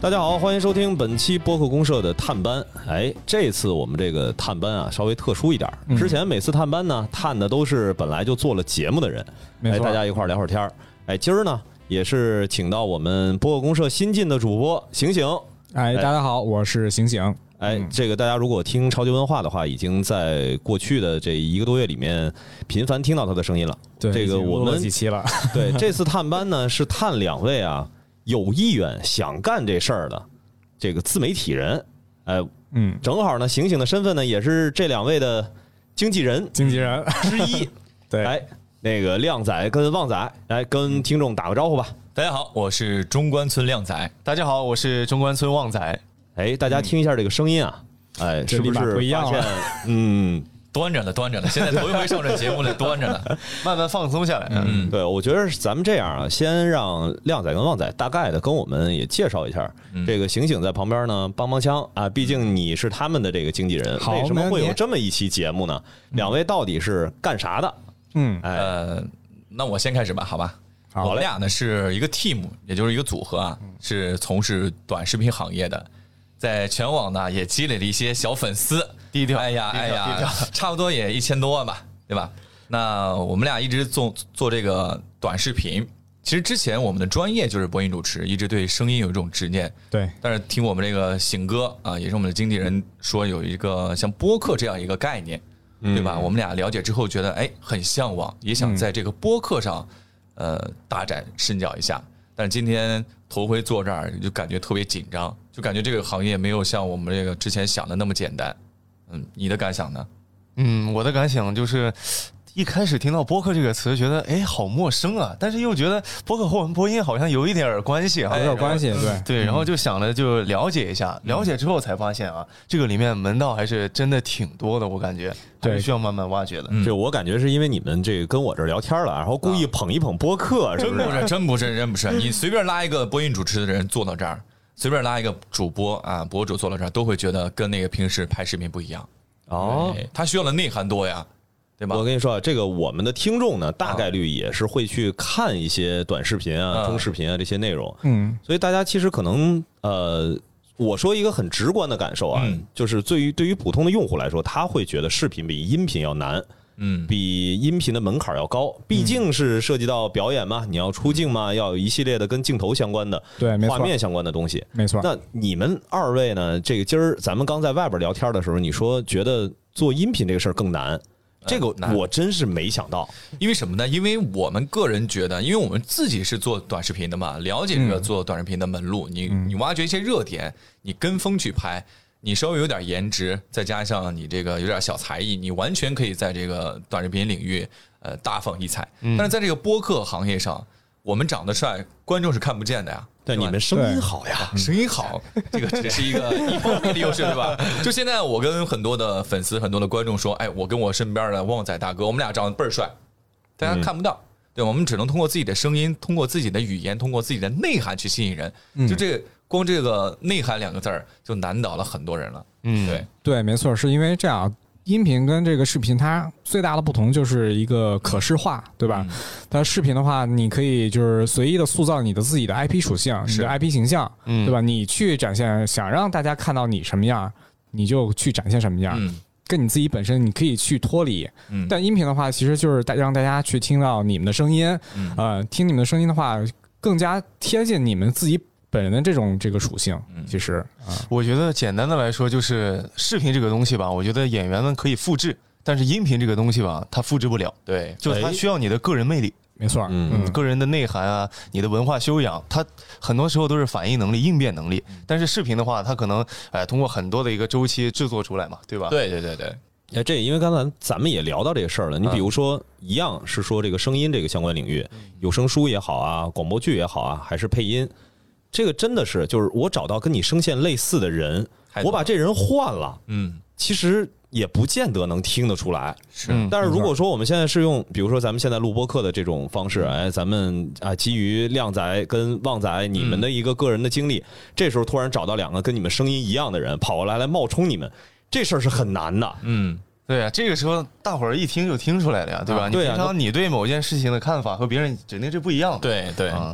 大家好，欢迎收听本期播客公社的探班。这次我们这个探班啊，稍微特殊一点。之前每次探班呢，探的都是本来就做了节目的人，大家一块聊会儿天儿。今儿呢也是请到我们播客公社新晋的主播醒醒。 大家好，我是醒醒。 这个大家如果听超级文化的话，已经在过去的这1个多月里面频繁听到他的声音了。 对， 这个我们几期了。 对，这次探班呢是探2位啊有意愿想干这事儿的这个自媒体人。正好呢，醒醒的身份呢也是这2位的经纪人之一。 对， 那个靓仔跟旺仔，来跟听众打个招呼吧。 大家好，我是中关村靓仔。 大家好，我是中关村旺仔。 大家听一下这个声音啊，是不是不一样了？ 端着呢，现在头一回上这节目了，端着呢， 慢慢放松下来。 对，我觉得咱们这样啊，先让靓仔跟旺仔大概的跟我们也介绍一下。这个醒醒在旁边呢帮腔啊，毕竟你是他们的这个经纪人，为什么会有这么一期节目呢？2位到底是干啥的？ 那我先开始吧，好吧？我们俩呢是一个 team， 也就是一个组合啊，是从事短视频行业的。在全网呢也积累了一些小粉丝， 低调， 低调，差不多也1000多万吧，对吧？那我们俩一直做这个短视频，其实之前我们的专业就是播音主持，一直对声音有一种执念。 对， 但是听我们这个醒哥啊，也是我们的经纪人说有一个像播客这样一个概念，对吧？我们俩了解之后觉得很向往，也想在这个播客上大展身脚一下。但是今天头回坐这儿就感觉特别紧张，就感觉这个行业没有像我们这个之前想的那么简单。你的感想呢？ 我的感想就是一开始听到播客这个词觉得好陌生啊，但是又觉得播客和我们播音好像有一点关系啊， 有点关系。 对，然后就想着就了解一下，了解之后才发现啊，这个里面门道还是真的挺多的，我感觉对，需要慢慢挖掘的。 就我感觉是因为你们这个跟我这聊天了，然后故意捧一捧播客， 真不是，你随便拉一个播音主持的人坐到这儿，随便拉一个主播啊博主坐到这儿，都会觉得跟那个平时拍视频不一样哦，他需要的内涵多呀。对吧？ 我跟你说，这个我们的听众呢，大概率也是会去看一些短视频啊、中视频啊这些内容。所以大家其实可能我说一个很直观的感受啊，就是对于普通的用户来说，他会觉得视频比音频要难，比音频的门槛要高，毕竟是涉及到表演嘛，你要出镜嘛，要有一系列的跟镜头相关的、画面相关的东西。 没错。 那你们2位呢？这个今儿咱们刚在外边聊天的时候，你说觉得做音频这个事儿更难。这个我真是没想到， 因为什么呢？因为我们个人觉得，因为我们自己是做短视频的嘛，了解这个做短视频的门路，你挖掘一些热点，你跟风去拍，你稍微有点颜值，再加上你这个有点小才艺，你完全可以在这个短视频领域大放异彩。但是在这个播客行业上，我们长得帅，观众是看不见的呀。 但你们声音好呀， 声音好，这个只是一方面的优势，对吧？就现在我跟很多的粉丝、很多的观众说，我跟我身边的旺仔大哥，我们俩长得倍儿帅，大家看不到，对，我们只能通过自己的声音，通过自己的语言，通过自己的内涵去吸引人。就光这个内涵2个字儿，就难倒了很多人了。 对，没错，是因为这样。音频跟这个视频它最大的不同就是一个可视化，对吧？它视频的话，你可以就是随意的塑造你的自己的 IP 属性，你的 IP 形象，对吧？你去展现，想让大家看到你什么样，你就去展现什么样，跟你自己本身你可以去脱离。但音频的话，其实就是让大家去听到你们的声音，听你们的声音的话，更加贴近你们自己本人的这个属性。其实我觉得简单的来说，就是视频这个东西吧，我觉得演员们可以复制，但是音频这个东西吧，它复制不了。 对， 就它需要你的个人魅力。 没错， 个人的内涵啊，你的文化修养，它很多时候都是反应能力、应变能力。但是视频的话，它可能通过很多的一个周期制作出来嘛，对吧？ 对。 这因为刚才咱们也聊到这个事儿了，你比如说一样是说这个声音这个相关领域，有声书也好啊，广播剧也好啊，还是配音。这个真的是，就是我找到跟你声线类似的人，我把这人换了，其实也不见得能听得出来。但是如果说我们现在是用，比如说咱们现在录播客的这种方式，咱们基于靓仔跟旺仔你们的一个个人的经历，这时候突然找到2个跟你们声音一样的人跑过来冒充你们，这事儿是很难的。 对啊，这个时候大伙儿一听就听出来了呀，对吧？你平常你对某件事情的看法和别人指定是不一样的。 对。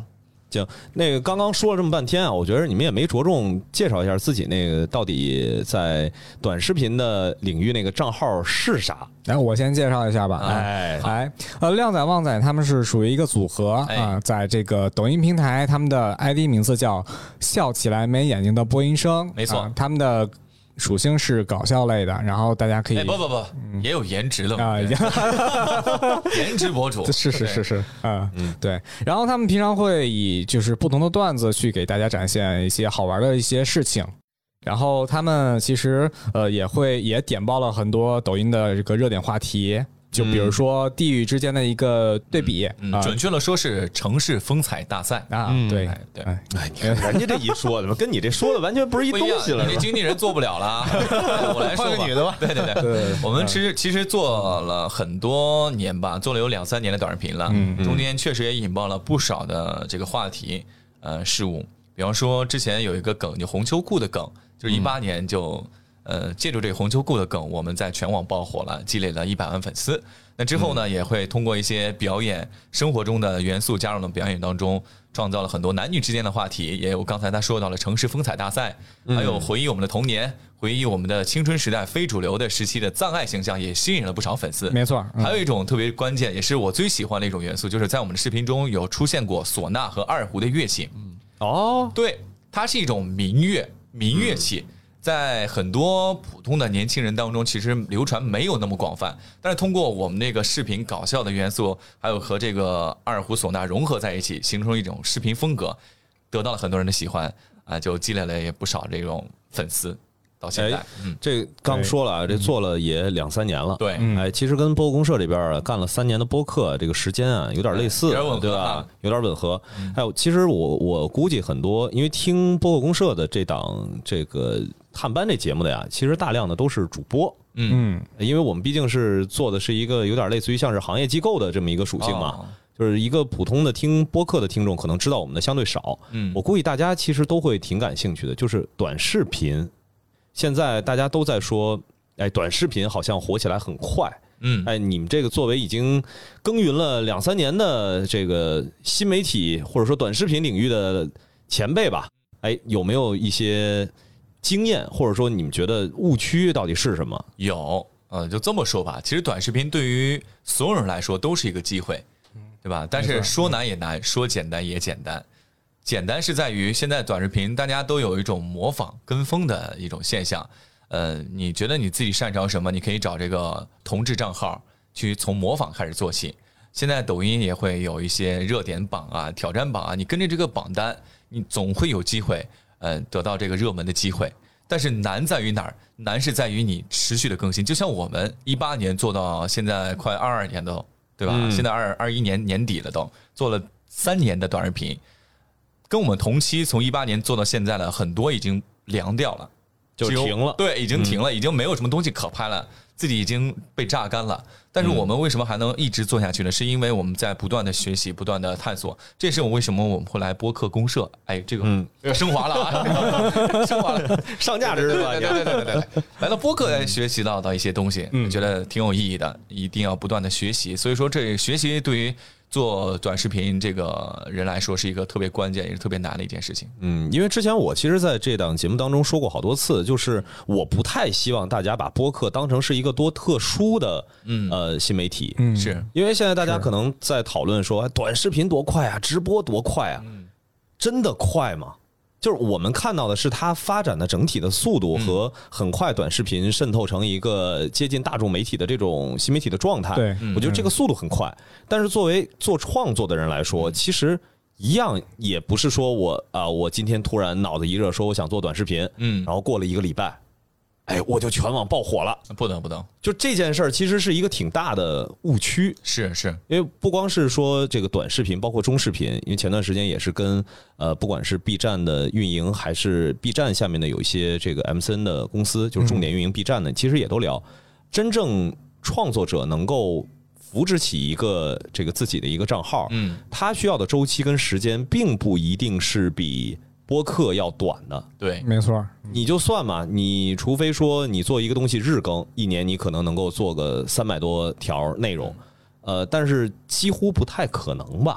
行，那个刚刚说了这么半天啊，我觉得你们也没着重介绍一下自己那个到底在短视频的领域那个账号是啥。 来，我先介绍一下吧。靓仔旺仔他们是属于一个组合啊，在这个抖音平台，他们的 ID 名字叫笑起来没眼睛的播音生， 没错， 他们的属性是搞笑类的，然后大家可以不，也有颜值的嘛，颜值博主是，对。然后他们平常会以就是不同的段子去给大家展现一些好玩的一些事情。然后他们其实也点爆了很多抖音的这个热点话题，就比如说地域之间的一个对比， 准确了说是城市风采大赛啊，对， 你看人家这一说的，跟你这说的完全不是一东西了。 你这经纪人做不了了，我来说吧， 换个女的吧。 对，我们其实做了很多年吧，做了有2-3年的短视频了，中间确实也引爆了不少的这个话题事物。比方说之前有一个梗，就红秋裤的梗，就是18年就。借助这个红秋裤的梗，我们在全网爆火了，积累了100万粉丝。那之后呢，也会通过一些表演、生活中的元素加入到表演当中，创造了很多男女之间的话题。也有刚才他说到了城市风采大赛，还有回忆我们的童年，回忆我们的青春时代非主流的时期的藏爱形象，也吸引了不少粉丝。 没错， 还有一种特别关键，也是我最喜欢的一种元素，就是在我们的视频中有出现过唢呐和二胡的乐器。对，它是一种民乐器。在很多普通的年轻人当中，其实流传没有那么广泛，但是通过我们那个视频搞笑的元素，还有和这个二胡唢呐融合在一起，形成一种视频风格，得到了很多人的喜欢啊，就积累了也不少这种粉丝。到现在， 这刚说了啊，这做了也2-3年了。 对， 其实跟播客公社这边干了3年的播客，这个时间啊有点类似，对吧？有点吻合。还有，其实我估计很多，因为听播客公社的这档这个探班这节目的呀，其实大量的都是主播。因为我们毕竟是做的是一个有点类似于像是行业机构的这么一个属性嘛。就是一个普通的听播客的听众，可能知道我们的相对少。我估计大家其实都会挺感兴趣的，就是短视频。现在大家都在说，短视频好像火起来很快。你们这个作为已经耕耘了2-3年的这个新媒体或者说短视频领域的前辈吧，有没有一些经验，或者说你们觉得误区到底是什么？ 有，就这么说吧，其实短视频对于所有人来说都是一个机会，对吧？但是说难也难，说简单也简单。简单是在于现在短视频大家都有一种模仿跟风的一种现象，你觉得你自己擅长什么，你可以找这个同志账号去从模仿开始做起。现在抖音也会有一些热点榜啊、挑战榜啊，你跟着这个榜单，你总会有机会，得到这个热门的机会。但是难在于哪儿？难是在于你持续的更新。就像我们18年做到现在快22年都，对吧？现在21年年底了，都做了3年的短视频。跟我们同期从18年做到现在了，很多已经凉掉了， 就停了。 对，已经停了，已经没有什么东西可拍了，自己已经被榨干了。但是我们为什么还能一直做下去呢？是因为我们在不断的学习，不断的探索。这是我为什么我们会来播客公社。这个升华了啊，升华了， 上价值是吧？ 对，来到播客来学习到一些东西，觉得挺有意义的，一定要不断的学习。所以说，这学习对于做短视频这个人来说是一个特别关键也是特别难的一件事情。 因为之前我其实在这档节目当中说过好多次，就是我不太希望大家把播客当成是一个多特殊的新媒体。 是因为现在大家可能在讨论说短视频多快啊，直播多快啊，真的快吗？就是我们看到的是它发展的整体的速度和很快短视频渗透成一个接近大众媒体的这种新媒体的状态。 对， 我觉得这个速度很快。但是作为做创作的人来说，其实一样也不是说我今天突然脑子一热说我想做短视频，然后过了1个礼拜，我就全网爆火了。 不能， 就这件事儿其实是一个挺大的误区。 是， 因为不光是说这个短视频，包括中视频，因为前段时间也是跟不管是 B 站的运营，还是 B 站下面的有一些这个 MCN 的公司，就是重点运营 B 站的，其实也都聊，真正创作者能够扶植起一个这个自己的一个账号，他需要的周期跟时间并不一定是比播客要短的。 对， 没错。 你就算嘛，你除非说你做一个东西日更，1年你可能能够做个300多条内容，但是几乎不太可能吧。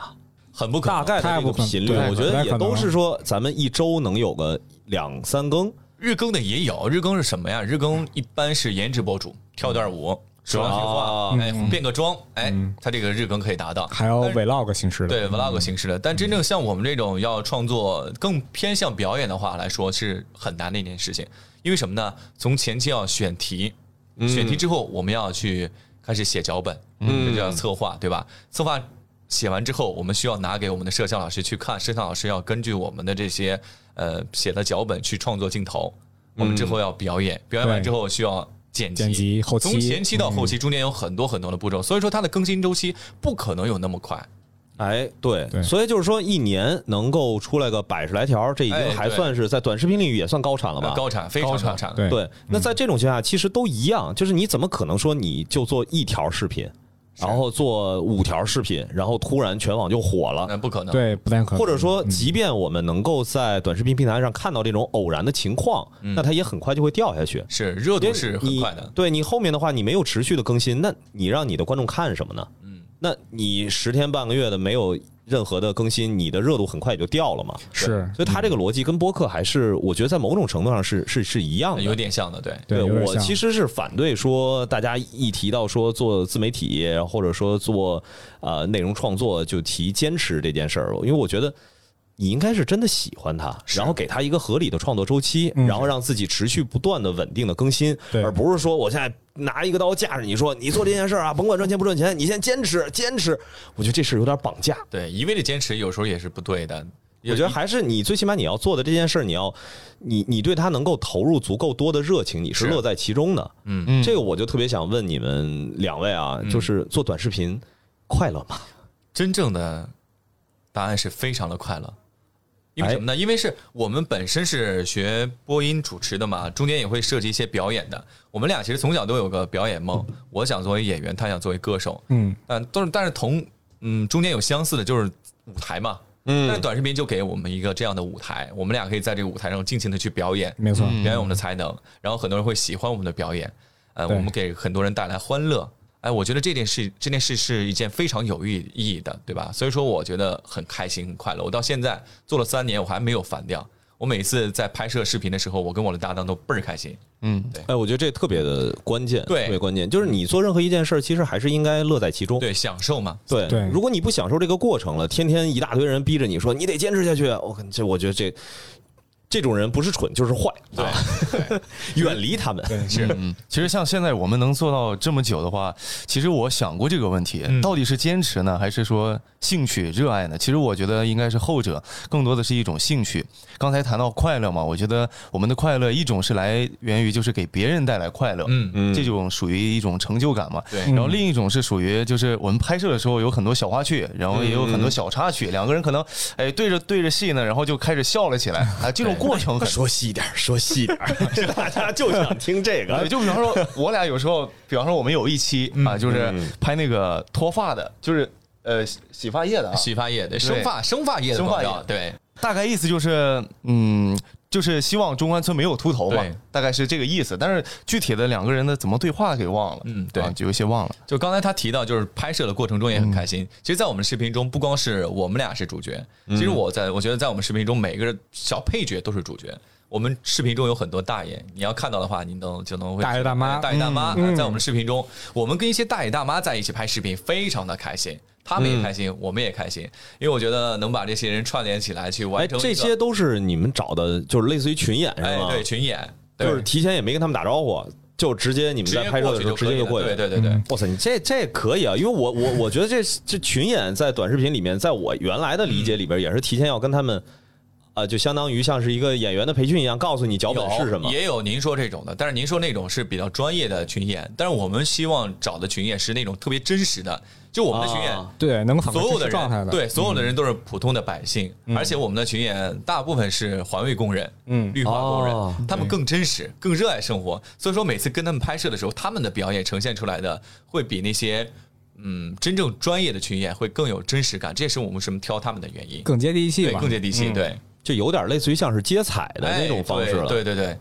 很不可能。 大概的这个频率， 对我觉得也都不太可能是说咱们一周能有个2、3更。 日更的也有，日更是什么呀？日更一般是颜值博主跳段舞、说两句话，哎，变个妆，哎，他这个日更可以达到。 还有 vlog 形式的， 对 vlog 形式的，但真正像我们这种要创作更偏向表演的话来说，是很难的一件事情。因为什么呢？从前期要选题，选题之后我们要去开始写脚本，这叫策划，对吧？策划写完之后，我们需要拿给我们的摄像老师去看，摄像老师要根据我们的这些写的脚本去创作镜头，我们之后要表演，表演完之后需要剪辑、 后期， 从前期到后期中间有很多很多的步骤，所以说它的更新周期不可能有那么快。 哎，对， 对所以就是说，一年能够出来个100来条，这已经还算是在短视频领域也算高产了吧？ 高产，非常高产。 对， 那在这种情况下，其实都一样，就是你怎么可能说你就做1条视频，然后做5条视频，然后突然全网就火了？ 那不可能。 对，不太可能。 或者说，即便我们能够在短视频平台上看到这种偶然的情况，那它也很快就会掉下去。 是热度是很快的。 对你后面的话，你没有持续的更新，那你让你的观众看什么呢？那你10天半个月的没有任何的更新，你的热度很快也就掉了嘛。 是， 所以它这个逻辑跟播客还是，我觉得在某种程度上是一样的， 有点像的。 对，我其实是反对说大家一提到说做自媒体或者说做内容创作就提坚持这件事儿，因为我觉得你应该是真的喜欢它，然后给它一个合理的创作周期，然后让自己持续不断的稳定的更新，而不是说我现在拿一个刀架着你说你做这件事啊，甭管赚钱不赚钱，你先坚持。我觉得这事有点绑架。 对，一味的坚持有时候也是不对的。 我觉得还是你最起码你要做的这件事，你对它能够投入足够多的热情，你是乐在其中的。这个我就特别想问你们2位啊，就是做短视频快乐吗？ 真正的答案是非常的快乐。因为什么呢？因为是我们本身是学播音主持的嘛，中间也会涉及一些表演的。我们俩其实从小都有个表演梦，我想作为演员，他想作为歌手。但是中间有相似的，就是舞台嘛。但是短视频就给我们一个这样的舞台，我们俩可以在这个舞台上尽情的去表演， 没错， 表演我们的才能，然后很多人会喜欢我们的表演，我们给很多人带来欢乐。哎，我觉得这件事是一件非常有意义的，对吧？所以说，我觉得很开心、很快乐。我到现在做了3年，我还没有烦掉。我每次在拍摄视频的时候，我跟我的搭档都倍儿开心。 对。哎，我觉得这特别的关键， 对， 特别关键，就是你做任何一件事，其实还是应该乐在其中， 对，享受嘛。 对。如果你不享受这个过程了，天天一大堆人逼着你说你得坚持下去，我觉得这种人不是蠢就是坏， 对， 远离他们。 是， 其实像现在我们能做到这么久的话，其实我想过这个问题，到底是坚持呢，还是说兴趣、热爱呢？其实我觉得应该是后者，更多的是一种兴趣。刚才谈到快乐嘛，我觉得我们的快乐一种是来源于就是给别人带来快乐，这种属于一种成就感嘛。 对。 然后另一种是属于就是我们拍摄的时候有很多小花絮，然后也有很多小插曲，两个人可能对着戏呢，然后就开始笑了起来啊，这种过程说细一点，大家就想听这个。 就比方说，我俩有时候，比方说我们有一期啊，就是拍那个脱发的，就是洗发液的啊， 洗发液的生发液的广告，对， 大概意思就是就是希望中关村没有秃头嘛，大概是这个意思。但是具体的两个人的怎么对话给忘了， 对， 就有些忘了。 就刚才他提到，就是拍摄的过程中也很开心。其实，在我们视频中，不光是我们俩是主角，其实我觉得在我们视频中，每个小配角都是主角。我们视频中有很多大爷，你要看到的话，你就能会大爷大妈， 在我们视频中，我们跟一些大爷大妈在一起拍视频，非常的开心。他们也开心，我们也开心，因为我觉得能把这些人串联起来去完成。 这些都是你们找的，就是类似于群演是吗？ 对，群演， 就是提前也没跟他们打招呼，就直接你们在拍摄的时候直接就过去。 对。 哇塞，你这可以啊，因为我觉得这群演在短视频里面，在我原来的理解里边，也是提前要跟他们。就相当于像是一个演员的培训一样，告诉你脚本是什么。 也有您说这种的，但是您说那种是比较专业的群演，但是我们希望找的群演是那种特别真实的，就我们的群演， 对，能反映所有的状态的， 对，所有的人都是普通的百姓，而且我们的群演大部分是环卫工人，绿化工人，他们更真实，更热爱生活，所以说每次跟他们拍摄的时候，他们的表演呈现出来的会比那些。真正专业的群演会更有真实感，这也是我们什么挑他们的原因， 更接地气吧， 更接地气，对， 就有点类似于像是接彩的那种方式了， 对。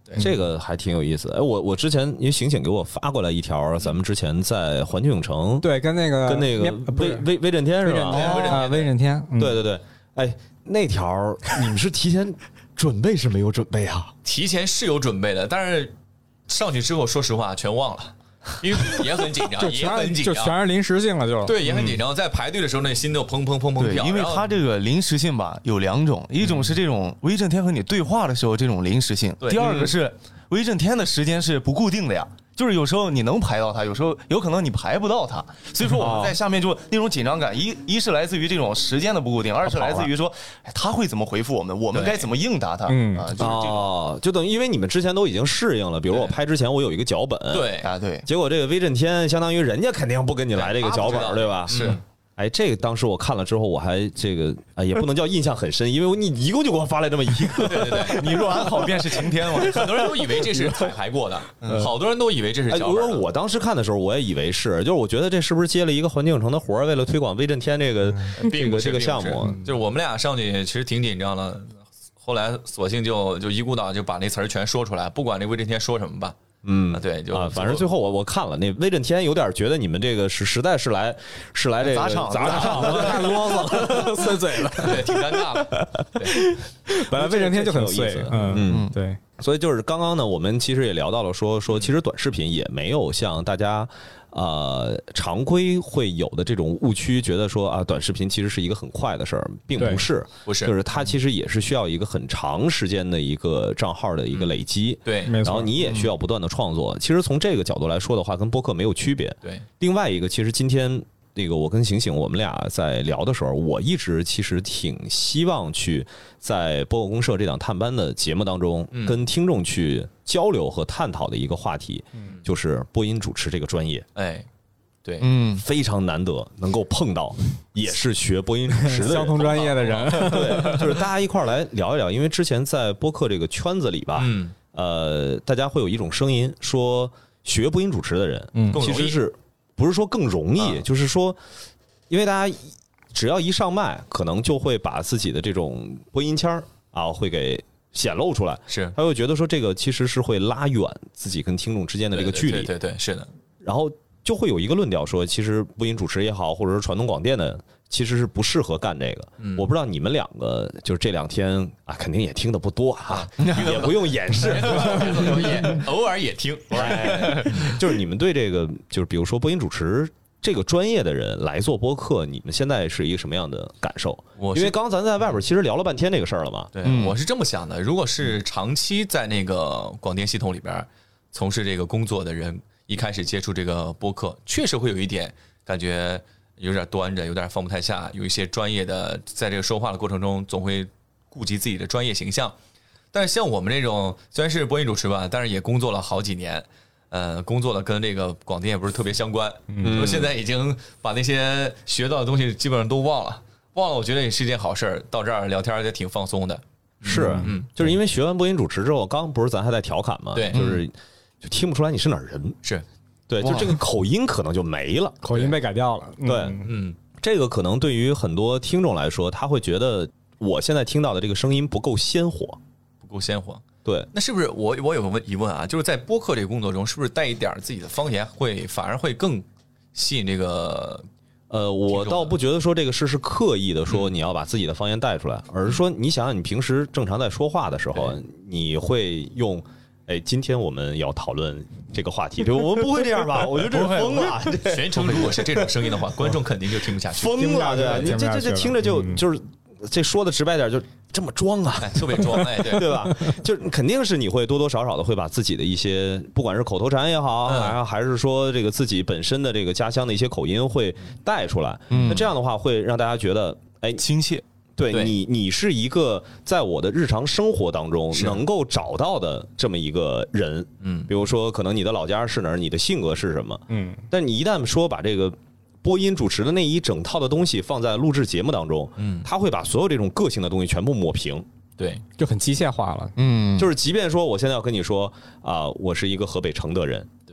这个还挺有意思。哎，我之前因为醒醒给我发过来一条，咱们之前在环球影城对，跟那个威震天是吧？ 威震天， 对对对。哎，那条你们是提前准备是没有准备啊？ 提前是有准备的，但是上去之后，说实话全忘了。因为也很紧张，也很紧张， 就全是临时性了，就对，也很紧张。在排队的时候，那心都砰砰砰砰跳。 因为它这个临时性吧有2种，一种是这种威震天和你对话的时候这种临时性，第二个是威震天的时间是不固定的呀。就是有时候你能排到他，有时候有可能你排不到他，所以说我们在下面就那种紧张感，一是来自于这种时间的不固定，二是来自于说他会怎么回复我们，我们该怎么应答他就等于因为你们之前都已经适应了，比如我拍之前我有一个脚本， 对， 结果这个威震天相当于人家肯定不跟你来这个脚本，对吧？ 是。 哎，这个当时我看了之后，我还这个也不能叫印象很深，因为你一共就给我发来这么一个， 对， 你若安好便是晴天嘛。 很多人都以为这是彩排过的，好多人都以为这是脚本。我当时看的时候，我也以为是，就是我觉得这是不是接了一个环球影城的活儿，为了推广威震天这个项目， 就是我们俩上去其实挺紧张的，后来索性就一股脑就把那词儿全说出来，不管那威震天说什么吧。对， 反正最后我看了那威震天，有点觉得你们这个实在是来这个砸场太啰嗦了，碎嘴了， 对，挺尴尬的。 本来威震天就很碎，对。 所以就是刚刚呢，我们其实也聊到了说其实短视频也没有像大家常规会有的这种误区，觉得说短视频其实是一个很快的事儿，并不是，就是它其实也是需要一个很长时间的一个账号的一个累积， 对， 然后你也需要不断的创作。其实从这个角度来说的话，跟播客没有区别。 对， 另外一个，其实今天那个我跟醒醒我们俩在聊的时候，我一直其实挺希望去在播客公社这档探班的节目当中，跟听众去交流和探讨的一个话题，就是播音主持这个专业。 哎，对， 非常难得能够碰到也是学播音主持的相同专业的人， 对，就是大家一块儿来聊一聊。因为之前在播客这个圈子里吧，大家会有一种声音说，学播音主持的人，其实是不是说更容易，就是说，因为大家只要一上麦，可能就会把自己的这种播音腔会给显露出来， 是他会觉得说这个其实是会拉远自己跟听众之间的这个距离， 对，是的。 然后就会有一个论调说，其实播音主持也好，或者是传统广电的，其实是不适合干这个。我不知道你们两个就是这2天肯定也听的不多也不用掩饰， 偶尔也听。 就是你们对这个，就是比如说播音主持这个专业的人来做播客，你们现在是一个什么样的感受？因为刚刚咱在外边其实聊了半天这个事儿了嘛。 对，我是这么想的，如果是长期在那个广电系统里边从事这个工作的人，一开始接触这个播客，确实会有一点感觉有点端着，有点放不太下，有一些专业的，在这个说话的过程中总会顾及自己的专业形象。但是像我们这种虽然是播音主持吧，但是也工作了好几年，工作的跟这个广电也不是特别相关，现在已经把那些学到的东西基本上都忘了，我觉得也是一件好事。到这儿聊天也挺放松的。 是，就是因为学完播音主持之后，刚不是咱还在调侃嘛， 对， 就听不出来你是哪儿人， 是对，就这个口音可能就没了， 口音被改掉了。 对，这个可能对于很多听众来说，他会觉得我现在听到的这个声音不够鲜活，对， 那是不是我有个疑问啊？就是在播客这个工作中，是不是带一点自己的方言反而会更吸引这个？ 我倒不觉得说这个是刻意的说你要把自己的方言带出来，而是说你想想你平时正常在说话的时候，你会用。今天我们要讨论这个话题，对，我们不会这样吧？我觉得这是疯了。 全程如果是这种声音的话，观众肯定就听不下去， 疯了，对，你这听着就是这说的直白点，就这么装特别装， 对吧？就肯定是你会多多少少的会把自己的一些，不管是口头禅也好，还是说这个自己本身的这个家乡的一些口音会带出来。那这样的话会让大家觉得亲切。 对你是一个在我的日常生活当中能够找到的这么一个人，比如说可能你的老家是哪儿，你的性格是什么，但你一旦说把这个播音主持的那一整套的东西放在录制节目当中，他会把所有这种个性的东西全部抹平， 对， 就很机械化了， 就是即便说我现在要跟你说我是一个河北承德人，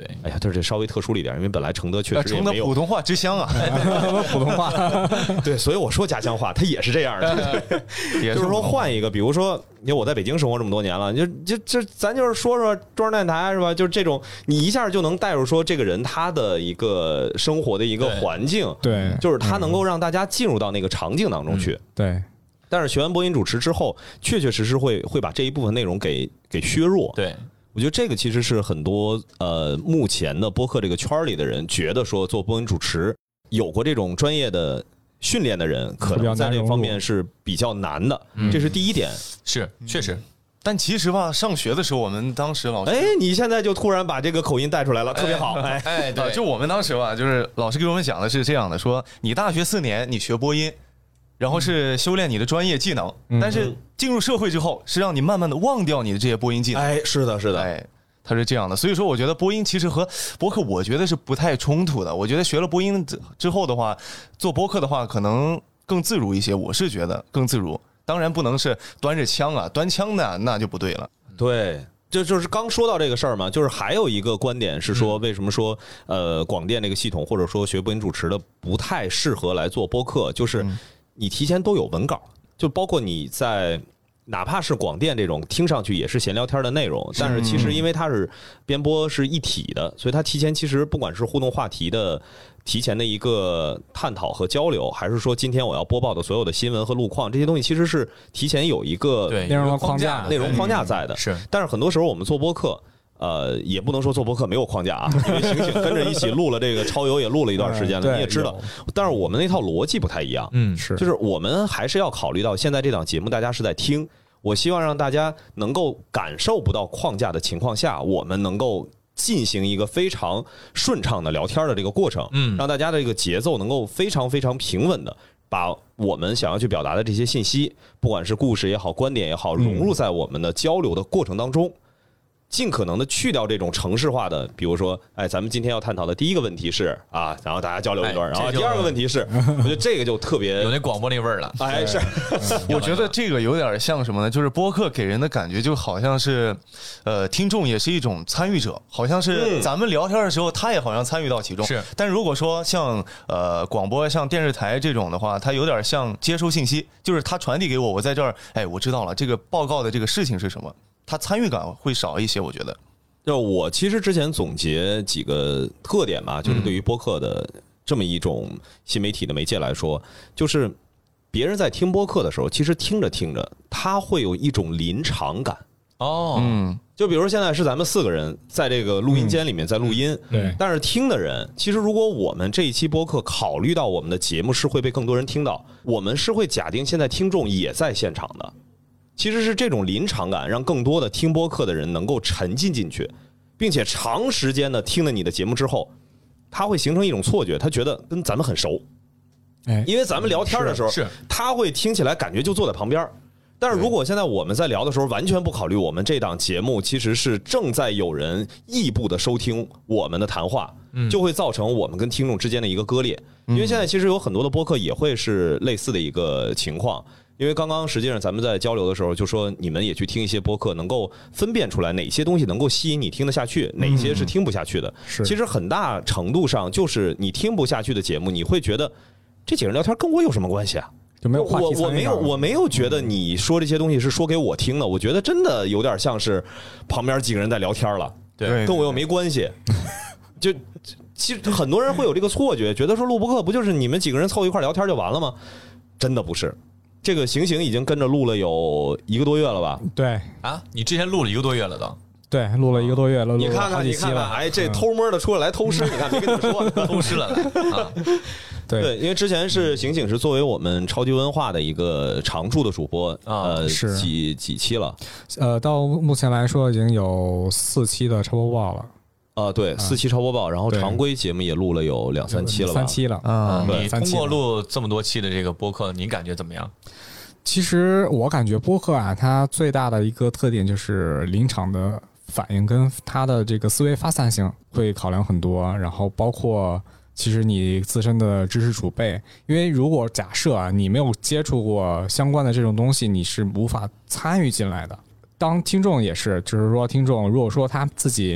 对， 哎呀，这稍微特殊了一点，因为本来承德确实也没有承德普通话之乡啊， 普通话， 对，所以我说家乡话，它也是这样的。 也就是说换一个，比如说，因为我在北京生活这么多年了，咱就是说中央电台是吧？就是这种，你一下就能带入说这个人他的一个生活的一个环境， 对， 就是他能够让大家进入到那个场景当中去。 对。 但是学完播音主持之后，确实会把这一部分内容给削弱。 对。 我觉得这个其实是很多目前的播客这个圈里的人觉得说做播音主持有过这种专业的训练的人，可能在这方面是比较难的，这是第一点。 是，确实。 但其实吧，上学的时候，我们当时老师， 你现在就突然把这个口音带出来了，特别好。 对， 就我们当时吧，就是老师给我们讲的是这样的，说你大学4年你学播音，然后是修炼你的专业技能，但是进入社会之后是让你慢慢的忘掉你的这些播音技能。 是的， 它是这样的。所以说我觉得播音其实和播客我觉得是不太冲突的。我觉得学了播音之后的话，做播客的话可能更自如一些，我是觉得更自如。当然不能是端着枪啊，端枪的那就不对了。 对，就是刚说到这个事儿嘛，就是还有一个观点是说，为什么说广电这个系统或者说学播音主持的不太适合来做播客，就是你提前都有文稿，就包括你在哪怕是广电这种听上去也是闲聊天的内容，但是其实因为它是编播是一体的，所以它提前其实不管是互动话题的提前的一个探讨和交流，还是说今天我要播报的所有的新闻和路况这些东西，其实是提前有一个内容框架在的。 是， 但是很多时候我们做播客。也不能说做播客没有框架啊，因为醒醒跟着一起录了这个超游也录了一段时间了，你也知道。但是我们那套逻辑不太一样， 是， 就是我们还是要考虑到现在这档节目大家是在听，我希望让大家能够感受不到框架的情况下，我们能够进行一个非常顺畅的聊天的这个过程，让大家的这个节奏能够非常非常平稳的把我们想要去表达的这些信息，不管是故事也好，观点也好，融入在我们的交流的过程当中。尽可能的去掉这种程式化的，比如说，咱们今天要探讨的第一个问题是啊，然后大家交流一段，然后第二个问题是，我觉得这个就特别有那广播那味儿了。 是， 我觉得这个有点像什么呢？就是播客给人的感觉就好像是，听众也是一种参与者，好像是咱们聊天的时候，他也好像参与到其中。 是， 但如果说像广播、像电视台这种的话，它有点像接收信息，就是他传递给我，我在这儿，我知道了这个报告的这个事情是什么。它参与感会少一些，我觉得。 就我其实之前总结几个特点吧，就是对于播客的这么一种新媒体的媒介来说，就是别人在听播客的时候，其实听着听着，他会有一种临场感。就比如现在是咱们4个人在这个录音间里面在录音， 对。 但是听的人，其实如果我们这一期播客考虑到我们的节目是会被更多人听到，我们是会假定现在听众也在现场的。其实是这种临场感，让更多的听播客的人能够沉浸进去，并且长时间的听了你的节目之后，他会形成一种错觉，他觉得跟咱们很熟，因为咱们聊天的时候，他会听起来感觉就坐在旁边。但是如果现在我们在聊的时候，完全不考虑我们这档节目其实是正在有人异步的收听我们的谈话，就会造成我们跟听众之间的一个割裂。因为现在其实有很多的播客也会是类似的一个情况。因为刚刚实际上咱们在交流的时候就说，你们也去听一些播客，能够分辨出来哪些东西能够吸引你听得下去，哪些是听不下去的。其实很大程度上就是你听不下去的节目，你会觉得这几个人聊天跟我有什么关系啊？ 就没有话题参与感。 我没有觉得你说这些东西是说给我听的，我觉得真的有点像是旁边几个人在聊天了， 对， 跟我又没关系。就其实很多人会有这个错觉，觉得说录播客不就是你们几个人凑一块聊天就完了吗？真的不是。这个醒醒已经跟着录了有1个多月了吧？ 对啊，你之前录了1个多月了都。 对，录了1个多月了， 你看看，你看看，这偷摸的出来偷师，你看没跟你们说， 偷师了啊！ 对，因为之前是醒醒是作为我们超级文化的一个常驻的主播， 是几期了？ 到目前来说已经有4期的超播报了。 对，4期超播报，然后常规节目也录了有2、3期了吧？ 3期了。 你通过录这么多期的这个播客，你感觉怎么样？ 其实我感觉播客啊，它最大的一个特点就是临场的反应跟它的这个思维发散性会考量很多，然后包括其实你自身的知识储备，因为如果假设啊你没有接触过相关的这种东西，你是无法参与进来的。当听众也是，就是说听众如果说他自己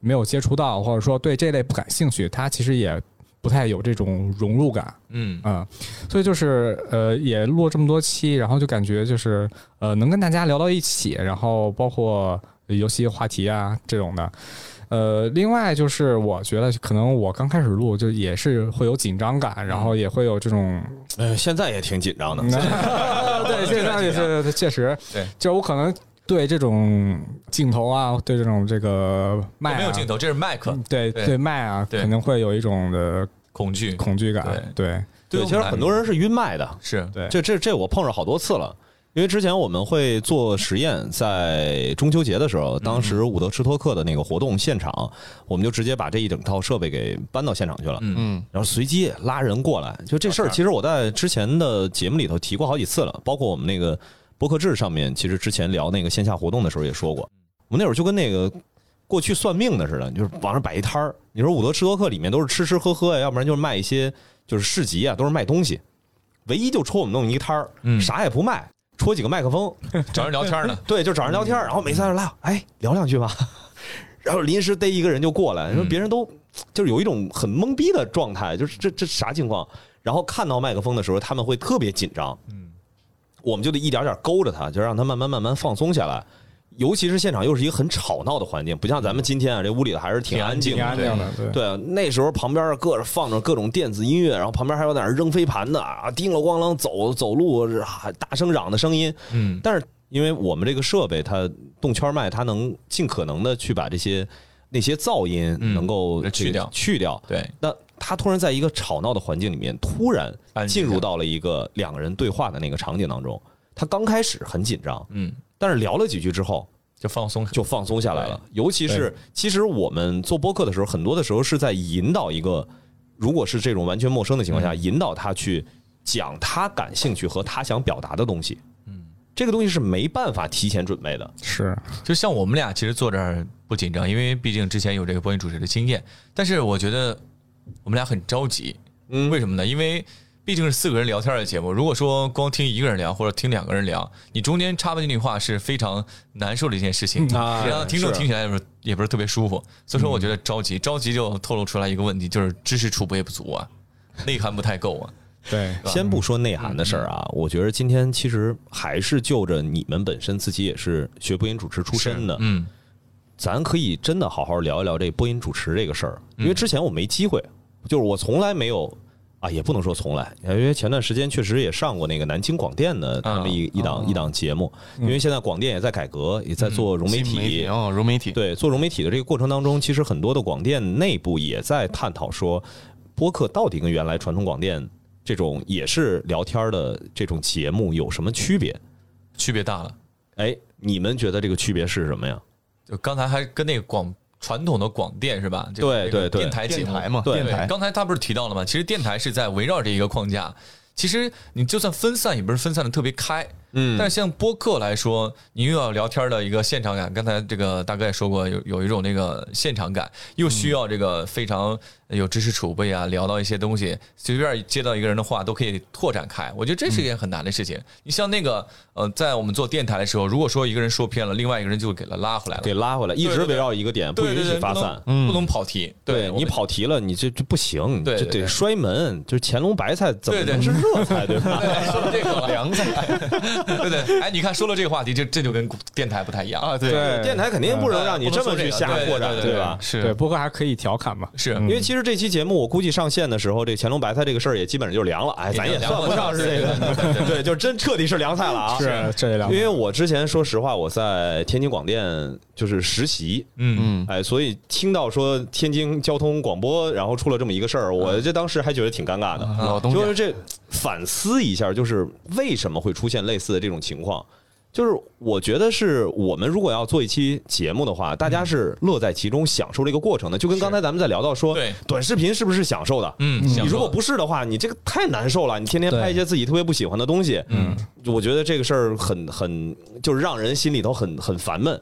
没有接触到，或者说对这类不感兴趣，他其实也不太有这种融入感。所以就是也录了这么多期，然后就感觉就是能跟大家聊到一起，然后包括游戏话题啊这种的。另外就是我觉得可能我刚开始录就也是会有紧张感，然后也会有这种现在也挺紧张的。 对，现在也是确实， 对， 就是我可能对这种镜头啊，对这种这个麦、啊、 没有镜头，这是麦克， 对麦啊， 对可能会有一种的恐惧感，对， 其实很多人是晕麦的， 是对， 这我碰上好多次了。因为之前我们会做实验，在中秋节的时候，当时伍德吃托克的那个活动现场，我们就直接把这一整套设备给搬到现场去了，然后随机拉人过来。就这事儿，其实我在之前的节目里头提过好几次了，包括我们那个播客制上面，其实之前聊那个线下活动的时候也说过，我们那会儿就跟那个过去算命的似的，就是往上摆一摊儿。你说伍德吃托克里面都是吃吃喝喝呀，要不然就是卖一些就是市集啊，都是卖东西，唯一就戳我们弄一摊儿，啥也不卖。戳几个麦克风， 找人聊天呢。 对，就找人聊天，然后每次来，哎，聊两句吧。然后临时逮一个人就过来，说别人都就是有一种很懵逼的状态，就是这啥情况？然后看到麦克风的时候，他们会特别紧张。我们就得一点点勾着他，就让他慢慢放松下来。尤其是现场又是一个很吵闹的环境，不像咱们今天啊，这屋里还是挺安静的。 对，那时候旁边放着各种电子音乐，然后旁边还有在那扔飞盘的啊，叮了咣啷走路，大声嚷的声音。但是因为我们这个设备它动圈麦，它能尽可能的去把那些噪音能够去掉。 对， 那他突然在一个吵闹的环境里面，突然进入到了一个两个人对话的那个场景当中。他刚开始很紧张，但是聊了几句之后就放松下来了。尤其是其实我们做播客的时候，很多的时候是在引导一个，如果是这种完全陌生的情况下，引导他去讲他感兴趣和他想表达的东西。这个东西是没办法提前准备的。 是， 就像我们俩其实坐这儿不紧张，因为毕竟之前有这个播音主持的经验。但是我觉得我们俩很着急，为什么呢？因为毕竟是4个人聊天的节目，如果说光听1个人聊或者听2个人聊，你中间插不进去话是非常难受的一件事情，让听众听起来也不是特别舒服。所以说我觉得着急就透露出来一个问题，就是知识储备不足啊，内涵不太够啊。 对， 先不说内涵的事儿啊，我觉得今天其实还是就着你们本身自己也是学播音主持出身的，咱可以真的好好聊一聊这播音主持这个事儿，因为之前我没机会，就是我从来没有。也不能说从来，因为前段时间确实也上过那个南京广电的他们一档节目，因为现在广电也在改革，也在做融媒体， 融媒体对，做融媒体的这个过程当中，其实很多的广电内部也在探讨说，播客到底跟原来传统广电这种也是聊天的这种节目有什么区别？ 区别大了。 哎，你们觉得这个区别是什么呀？ 就刚才还跟那个传统的广电是吧？ 对， 电台节目嘛， 对。刚才他不是提到了吗？其实电台是在围绕着一个框架，其实你就算分散，也不是分散的特别开。但是像播客来说，你又要聊天的一个现场感，刚才这个大哥也说过，有一种那个现场感，又需要这个非常有知识储备啊，聊到一些东西，随便接到一个人的话都可以拓展开。我觉得这是一件很难的事情。你像那个在我们做电台的时候，如果说一个人说偏了，另外一个人就给他拉回来了， 一直围绕一个点，不允许发散， 不能跑题。 对，你跑题了，你这不行， 对， 这得摔门。就是乾隆白菜怎么能是热菜，对吧？ 说到这个凉菜。对，哎，你看说了这个话题，这就跟电台不太一样啊。对，电台肯定不能让你这么去瞎扩展，对吧？ 是对，不过还可以调侃嘛。 是因为其实这期节目我估计上线的时候，这乾隆白菜这个事儿也基本上就是凉了。哎，咱也算不上是这个，对，就真彻底是凉菜了啊。 是这也凉。 因为我之前说实话，我在天津广电就是实习，哎，所以听到说天津交通广播然后出了这么一个事儿，我这当时还觉得挺尴尬的，就是这反思一下，就是为什么会出现类似的这种情况。就是我觉得是我们如果要做一期节目的话，大家是乐在其中，享受这个过程的。就跟刚才咱们在聊到说，短视频是不是享受的？你如果不是的话，你这个太难受了。你天天拍一些自己特别不喜欢的东西，我觉得这个事儿很就是让人心里头很烦闷。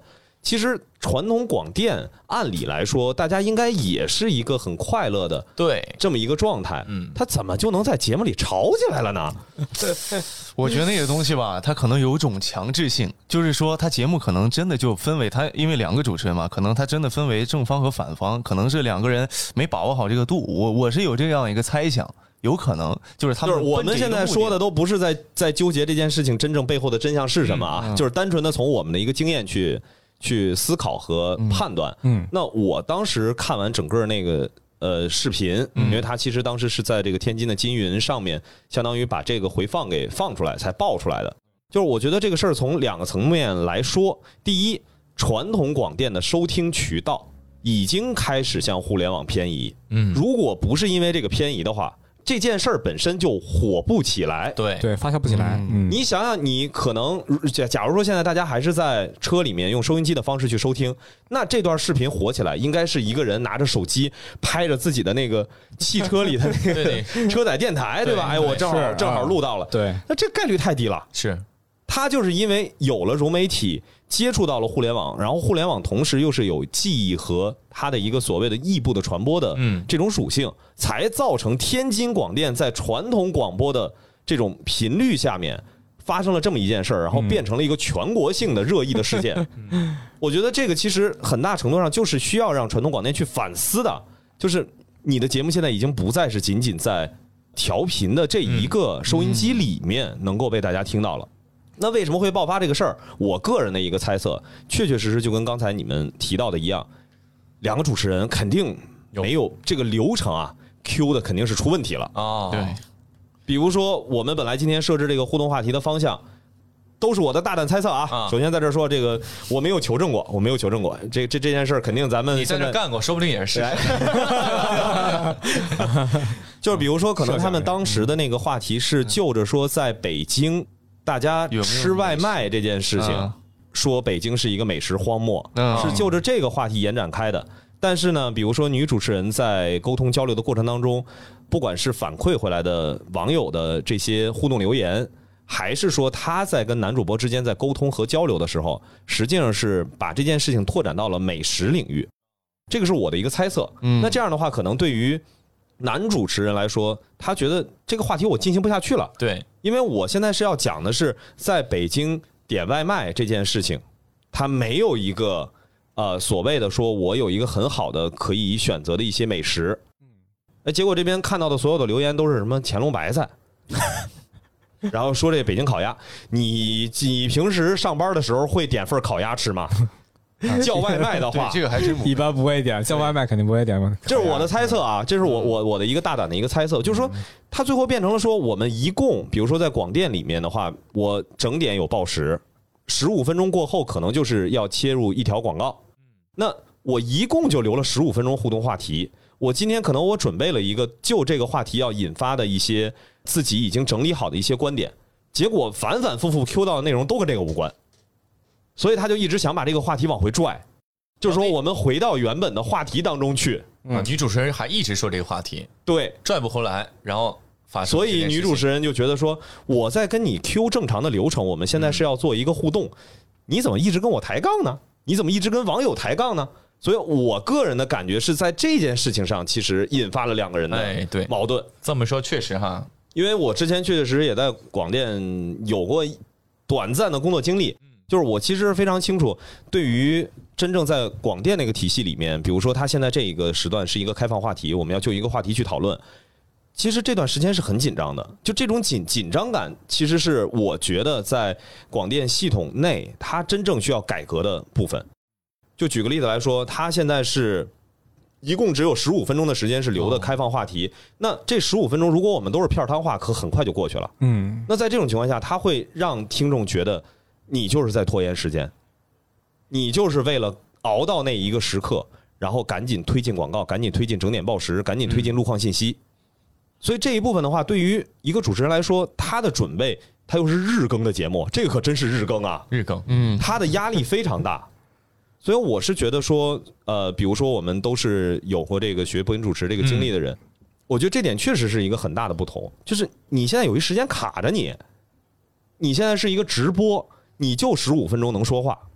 其实传统广电按理来说，大家应该也是一个很快乐的对这么一个状态，他怎么就能在节目里吵起来了呢？ 我觉得那个东西吧，它可能有种强制性，就是说，它节目可能真的就分为它，因为2个主持人嘛，可能它真的分为正方和反方，可能是2个人没把握好这个度。我是有这样一个猜想，有可能就是他们就是我们现在说的都不是在纠结这件事情真正背后的真相是什么啊，就是单纯的从我们的一个经验去思考和判断。那我当时看完整个那个视频，因为他其实当时是在这个天津的金云上面，相当于把这个回放给放出来才爆出来的。就是我觉得这个事儿从2个层面来说，第一，传统广电的收听渠道已经开始向互联网偏移。如果不是因为这个偏移的话，这件事儿本身就火不起来， 对，发酵不起来。 你想想，你可能假如说现在大家还是在车里面用收音机的方式去收听，那这段视频火起来，应该是一个人拿着手机拍着自己的那个汽车里的那个车载电台，对吧？哎，我正好录到了。 对， 那这概率太低了。 是， 他就是因为有了融媒体，接触到了互联网，然后互联网同时又是有记忆和它的一个所谓的异步的传播的这种属性，才造成天津广电在传统广播的这种频率下面发生了这么一件事儿，然后变成了一个全国性的热议的事件。我觉得这个其实很大程度上就是需要让传统广电去反思的，就是你的节目现在已经不再是仅仅在调频的这一个收音机里面能够被大家听到了。那为什么会爆发这个事儿？我个人的一个猜测，确确实实就跟刚才你们提到的一样，2个主持人肯定没有这个流程啊 ，Q 的肯定是出问题了啊。 对， 比如说我们本来今天设置这个互动话题的方向，都是我的大胆猜测啊。首先在这说，这个我没有求证过，这件事儿肯定咱们你在这干过，说不定也是。 就是比如说，可能他们当时的那个话题是就着说，在北京大家吃外卖这件事情，说北京是一个美食荒漠，是就着这个话题延展开的。但是呢，比如说女主持人在沟通交流的过程当中，不管是反馈回来的网友的这些互动留言，还是说她在跟男主播之间在沟通和交流的时候，实际上是把这件事情拓展到了美食领域。这个是我的一个猜测。那这样的话，可能对于男主持人来说，他觉得这个话题我进行不下去了。 对， 因为我现在是要讲的是在北京点外卖这件事情，他没有一个所谓的说我有一个很好的可以选择的一些美食。结果这边看到的所有的留言都是什么乾隆白菜，然后说这北京烤鸭，你平时上班的时候会点份烤鸭吃吗？叫外卖的话， 这个还真一般不会点，叫外卖肯定不会点嘛。 这是我的猜测啊，这是我的一个大胆的一个猜测，就是说，它最后变成了说，我们一共，比如说在广电里面的话，我整点有报时，15分钟过后可能就是要切入一条广告，那我一共就留了15分钟互动话题。我今天可能我准备了一个就这个话题要引发的一些自己已经整理好的一些观点，结果反反复复 Q 到的内容都跟这个无关。所以他就一直想把这个话题往回拽，就是说我们回到原本的话题当中去。 女主持人还一直说这个话题， 对， 拽不回来，然后发生。 所以女主持人就觉得说，我在跟你 Q 正常的流程，我们现在是要做一个互动，你怎么一直跟我抬杠呢？你怎么一直跟网友抬杠呢？所以我个人的感觉是在这件事情上，其实引发了2个人的矛盾。 这么说确实哈， 因为我之前确确实实也在广电有过短暂的工作经历。就是我其实非常清楚，对于真正在广电那个体系里面，比如说他现在这一个时段是一个开放话题，我们要就一个话题去讨论，其实这段时间是很紧张的。就这种紧张感，其实是我觉得在广电系统内它真正需要改革的部分。就举个例子来说，它现在是一共只有15分钟的时间是留的开放话题，那这15分钟如果我们都是片儿汤话，可很快就过去了。那在这种情况下，它会让听众觉得你就是在拖延时间，你就是为了熬到那一个时刻，然后赶紧推进广告，赶紧推进整点报时，赶紧推进路况信息。所以这一部分的话，对于一个主持人来说，他的准备，他又是日更的节目，这个可真是日更啊， 日更， 他的压力非常大。所以我是觉得说，比如说我们都是有过这个学播音主持这个经历的人，我觉得这点确实是一个很大的不同，就是你现在有一时间卡着你现在是一个直播，你就15分钟能说话，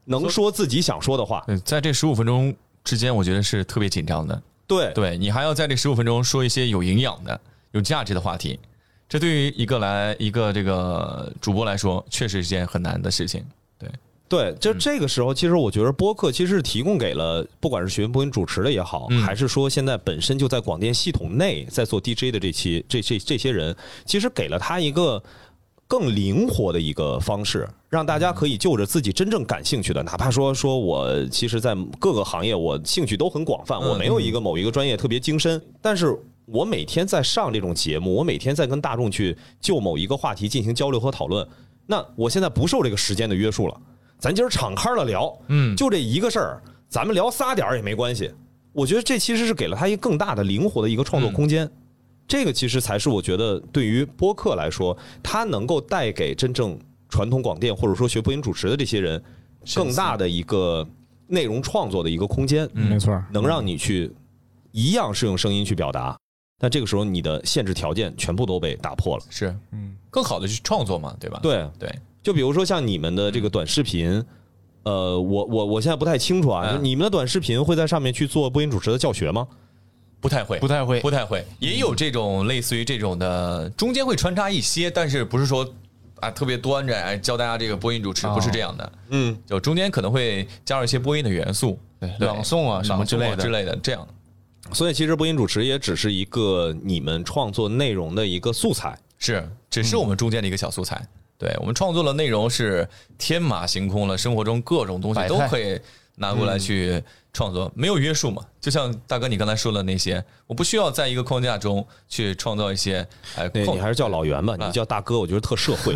能说自己想说的话。 对，在这15分钟之间，我觉得是特别紧张的。对，你还要在这15分钟说一些有营养的、有价值的话题，这对于一个这个主播来说，确实是件很难的事情。 对，就这个时候，其实我觉得播客其实是提供给了不管是学播音主持的也好，还是说现在本身就在广电系统内在做 DJ 的这些人，其实给了他一个更灵活的一个方式，让大家可以就着自己真正感兴趣的，哪怕说我其实在各个行业我兴趣都很广泛，我没有某一个专业特别精深，但是我每天在上这种节目，我每天在跟大众去就某一个话题进行交流和讨论，那我现在不受这个时间的约束了。咱今儿敞开了聊，就这一个事儿，咱们聊仨点也没关系。我觉得这其实是给了他一个更大的灵活的一个创作空间，这个其实才是我觉得对于播客来说，它能够带给真正传统广电或者说学播音主持的这些人更大的一个内容创作的一个空间。 没错， 能让你去一样是用声音去表达，但这个时候你的限制条件全部都被打破了。 是，更好的去创作嘛，对吧？ 对。就比如说像你们的这个短视频，我现在不太清楚啊，你们的短视频会在上面去做播音主持的教学吗？ 不太会，也有这种类似于这种的，中间会穿插一些，但是不是说特别端着教大家这个播音主持，不是这样的。就中间可能会加入一些播音的元素， 对，朗诵啊什么之类的这样。 所以其实播音主持也只是一个你们创作内容的一个素材， 只是我们中间的一个小素材。对，我们创作的内容是天马行空了，生活中各种东西都可以拿过来去创作，没有约束嘛。就像大哥你刚才说的那些，我不需要在一个框架中去创造一些。 对，你还是叫老袁吧，你叫大哥，我觉得特社会。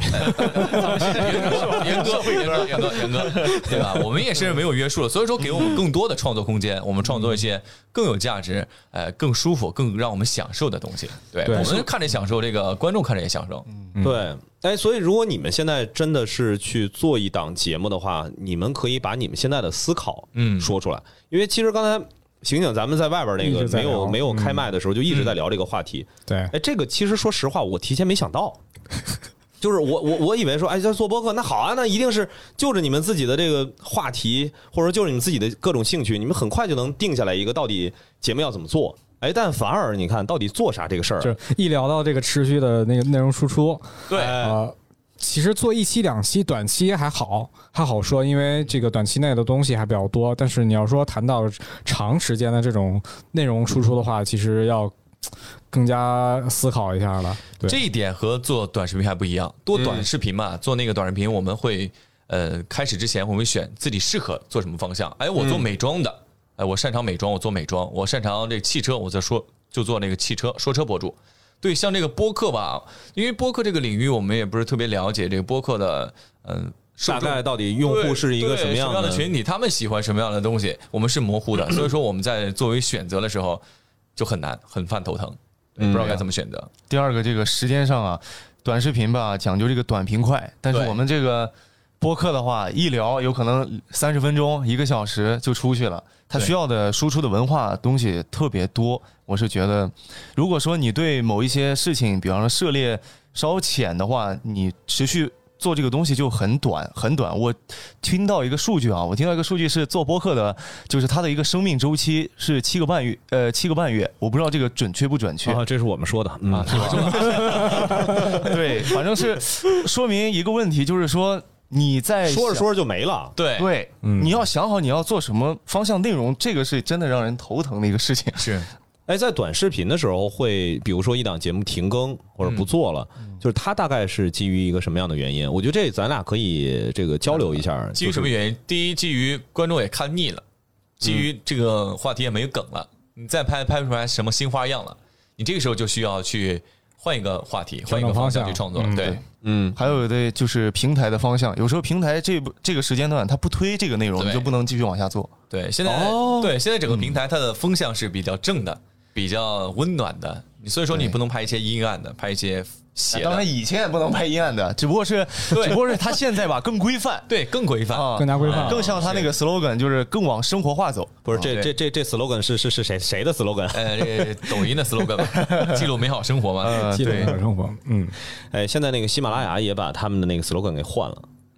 严哥，对吧？我们也是没有约束的，所以说给我们更多的创作空间，我们创作一些更有价值、更舒服、更让我们享受的东西。对，我们看着享受，这个观众看着也享受。 对，所以如果你们现在真的是去做一档节目的话，你们可以把你们现在的思考说出来，因为其实刚才醒醒咱们在外边那个没有开麦的时候就一直在聊这个话题。 对， 这个其实说实话我提前没想到，就是我以为说要做播客，那好啊，那一定是就着你们自己的这个话题，或者说就着你们自己的各种兴趣，你们很快就能定下来一个到底节目要怎么做。但反而你看到底做啥这个事儿， 就一聊到这个持续的那个内容输出， 对其实做1期2期短期还好说，因为这个短期内的东西还比较多。但是你要说谈到长时间的这种内容输出的话，其实要更加思考一下了。对， 这一点和做短视频还不一样。做短视频嘛，做那个短视频，我们会开始之前我们选自己适合做什么方向。我做美妆的，我擅长美妆，我做美妆；我擅长这汽车，我就做那个汽车说车博主。对，像这个播客吧，因为播客这个领域我们也不是特别了解，这个播客的大概到底用户是一个什么样的群体，他们喜欢什么样的东西，我们是模糊的，所以说我们在作为选择的时候就很难，很犯头疼，不知道该怎么选择。 第二个，这个时间上啊，短视频吧讲究这个短平快，但是我们这个播客的话，一聊有可能30分钟、1个小时就出去了，它需要的输出的文化东西特别多。我是觉得，如果说你对某一些事情，比方说涉猎稍浅的话，你持续做这个东西就很短很短。我听到一个数据是做播客的，就是它的一个生命周期是7个半月，我不知道这个准确不准确这是我们说的是吧？对，反正是说明一个问题，就是说你在说着就没了。 对， 你要想好你要做什么方向内容，这个是真的让人头疼的一个事情。 是。 在短视频的时候会，比如说一档节目停更或者不做了，就是它大概是基于一个什么样的原因？我觉得这咱俩可以这个交流一下。 基于什么原因？第一，基于观众也看腻了，基于这个话题也没有梗了，你再拍不出来什么新花样了，你这个时候就需要去换一个话题，换一个方向去创作。对， 还有的就是平台的方向，有时候平台这个时间段它不推这个内容，你就不能继续往下做。 对，现在整个平台它的风向是比较正的。比较温暖的，所以说你不能拍一些阴暗的，拍一些邪的。 当然以前也不能拍阴暗的，只不过是他现在吧更规范， 对，更规范， 更加规范， 更像他那个 slogan， 就是更往生活化走。 不是这 slogan 是谁的 slogan？ 抖音的 slogan， 记录美好生活嘛。 记录美好生活。 现在那个喜马拉雅也把他们的那个 slogan 给换了。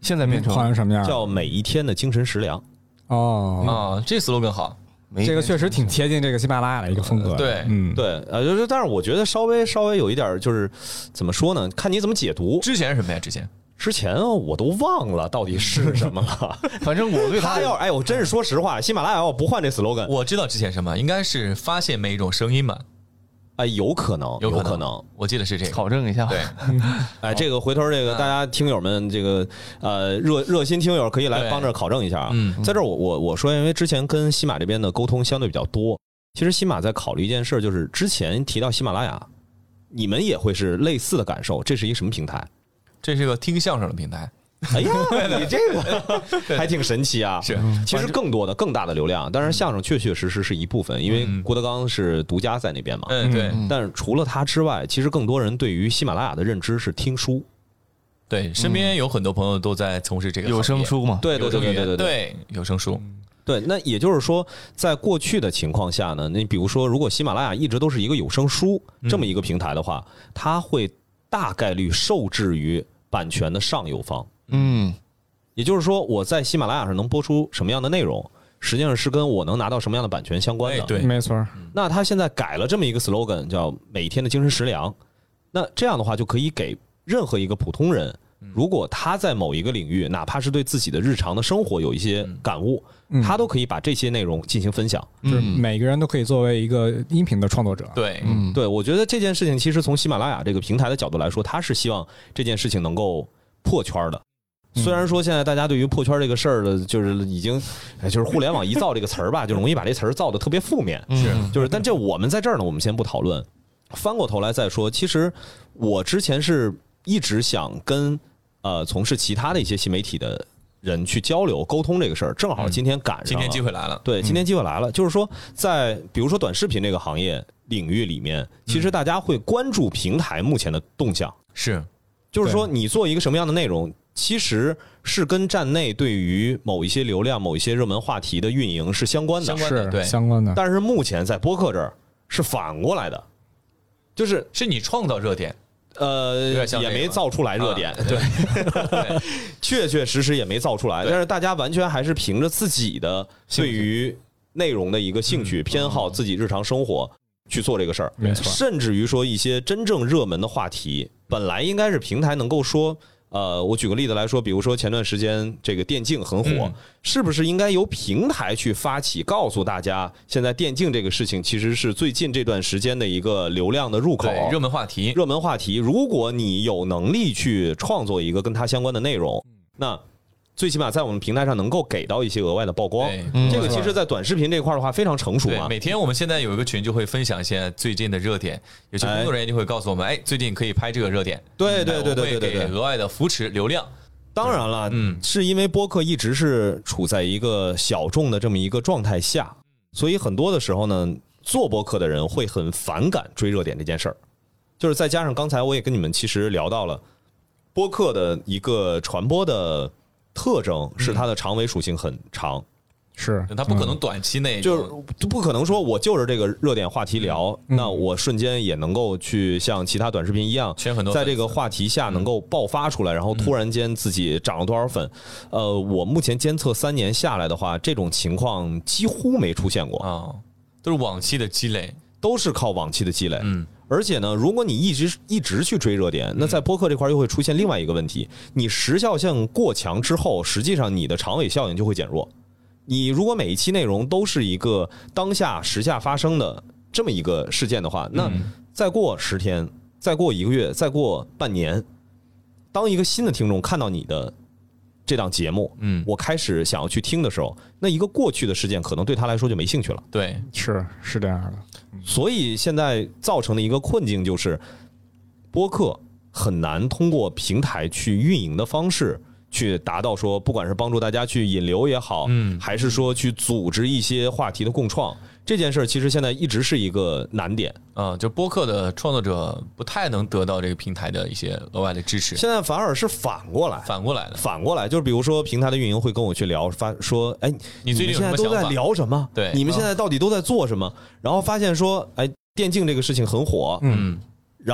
现在变成换成什么样？ 叫每一天的精神食粮。 哦， 这 slogan 好， 这个确实挺贴近这个喜马拉雅的一个风格。 对， 对，就是，但是我觉得稍微有一点，就是怎么说呢？看你怎么解读。 之前是什么呀？之前我都忘了到底是什么了。 反正我对他我真是说实话，喜马拉雅要不换这 slogan， 我知道之前什么，应该是发现每一种声音嘛。 有可能， 我记得是这个， 考证一下。 对， 这个回头这个大家听友们，这个热心听友可以来帮着考证一下啊。在这儿我说，因为之前跟喜马这边的沟通相对比较多，其实喜马在考虑一件事，就是之前提到喜马拉雅，你们也会是类似的感受，这是一个什么平台？ 这是个听相声的平台。 哎呀，你这个还挺神奇啊！ 是， 其实更大的流量，当然相声确实是一部分，因为郭德纲是独家在那边嘛。 对。 但是除了他之外，其实更多人对于喜马拉雅的认知是听书。 对，身边有很多朋友都在从事这个有声书嘛？ 对， 有声书。 对，那也就是说，在过去的情况下呢，你比如说，如果喜马拉雅一直都是一个有声书这么一个平台的话，它会大概率受制于版权的上游方。也就是说，我在喜马拉雅上能播出什么样的内容，实际上是跟我能拿到什么样的版权相关的。 对， 没错。 那他现在改了这么一个 slogan， 叫每天的精神食粮。那这样的话，就可以给任何一个普通人，如果他在某一个领域，哪怕是对自己的日常的生活有一些感悟，他都可以把这些内容进行分享。 就是每个人都可以作为一个音频的创作者。 对， 对，我觉得这件事情其实从喜马拉雅这个平台的角度来说，他是希望这件事情能够破圈的。虽然说现在大家对于破圈这个事儿的，就是已经，就是互联网一造这个词儿吧，就容易把这词儿造的特别负面。但这我们在这儿呢，我们先不讨论。翻过头来再说，其实我之前是一直想跟从事其他的一些新媒体的人去交流沟通这个事儿，正好今天赶上了， 今天机会来了。 对，今天机会来了，就是说在比如说短视频这个行业领域里面，其实大家会关注平台目前的动向，就是说你做一个什么样的内容，其实是跟站内对于某一些流量、某一些热门话题的运营是相关的， 是相关的。 但是目前在播客这儿是反过来的，就是你创造热点， 也没造出来热点，对，确实也没造出来，但是大家完全还是凭着自己的对于内容的一个兴趣偏好，自己日常生活去做这个事儿， 没错。 甚至于说一些真正热门的话题，本来应该是平台能够说。我举个例子来说，比如说前段时间这个电竞很火，是不是应该由平台去发起，告诉大家现在电竞这个事情其实是最近这段时间的一个流量的入口， 热门话题。 如果你有能力去创作一个跟它相关的内容，那最起码在我们平台上能够给到一些额外的曝光，这个其实在短视频这块的话非常成熟嘛。 每天我们现在有一个群就会分享一些最近的热点，有些工作人员就会告诉我们，最近可以拍这个热点， 对， 给额外的扶持流量。 当然了，是因为播客一直是处在一个小众的这么一个状态下，所以很多的时候呢，做播客的人会很反感追热点这件事儿，就是再加上刚才我也跟你们其实聊到了播客的一个传播的特征是它的长尾属性很长， 是它不可能短期内就是不可能说我就着这个热点话题聊，那我瞬间也能够去像其他短视频一样，在这个话题下能够爆发出来，然后突然间自己涨了多少粉。我目前监测3年下来的话，这种情况几乎没出现过啊，都是往期的积累， 都是靠往期的积累。而且呢，如果你一直去追热点，那在播客这块又会出现另外一个问题，你时效性过强之后，实际上你的长尾效应就会减弱。你如果每一期内容都是一个当下时下发生的这么一个事件的话，那再过10天，再过1个月，再过半年，当一个新的听众看到你的这档节目，我开始想要去听的时候，那一个过去的事件可能对他来说就没兴趣了。 对， 是这样的。 所以现在造成的一个困境就是，播客很难通过平台去运营的方式去达到说，不管是帮助大家去引流也好，还是说去组织一些话题的共创，这件事其实现在一直是一个难点啊。就播客的创作者不太能得到这个平台的一些额外的支持， 现在反而是反过来，就是比如说平台的运营会跟我去聊，说， 你最近现在都在聊什么？ 对， 你们现在到底都在做什么？然后发现说，电竞这个事情很火，然后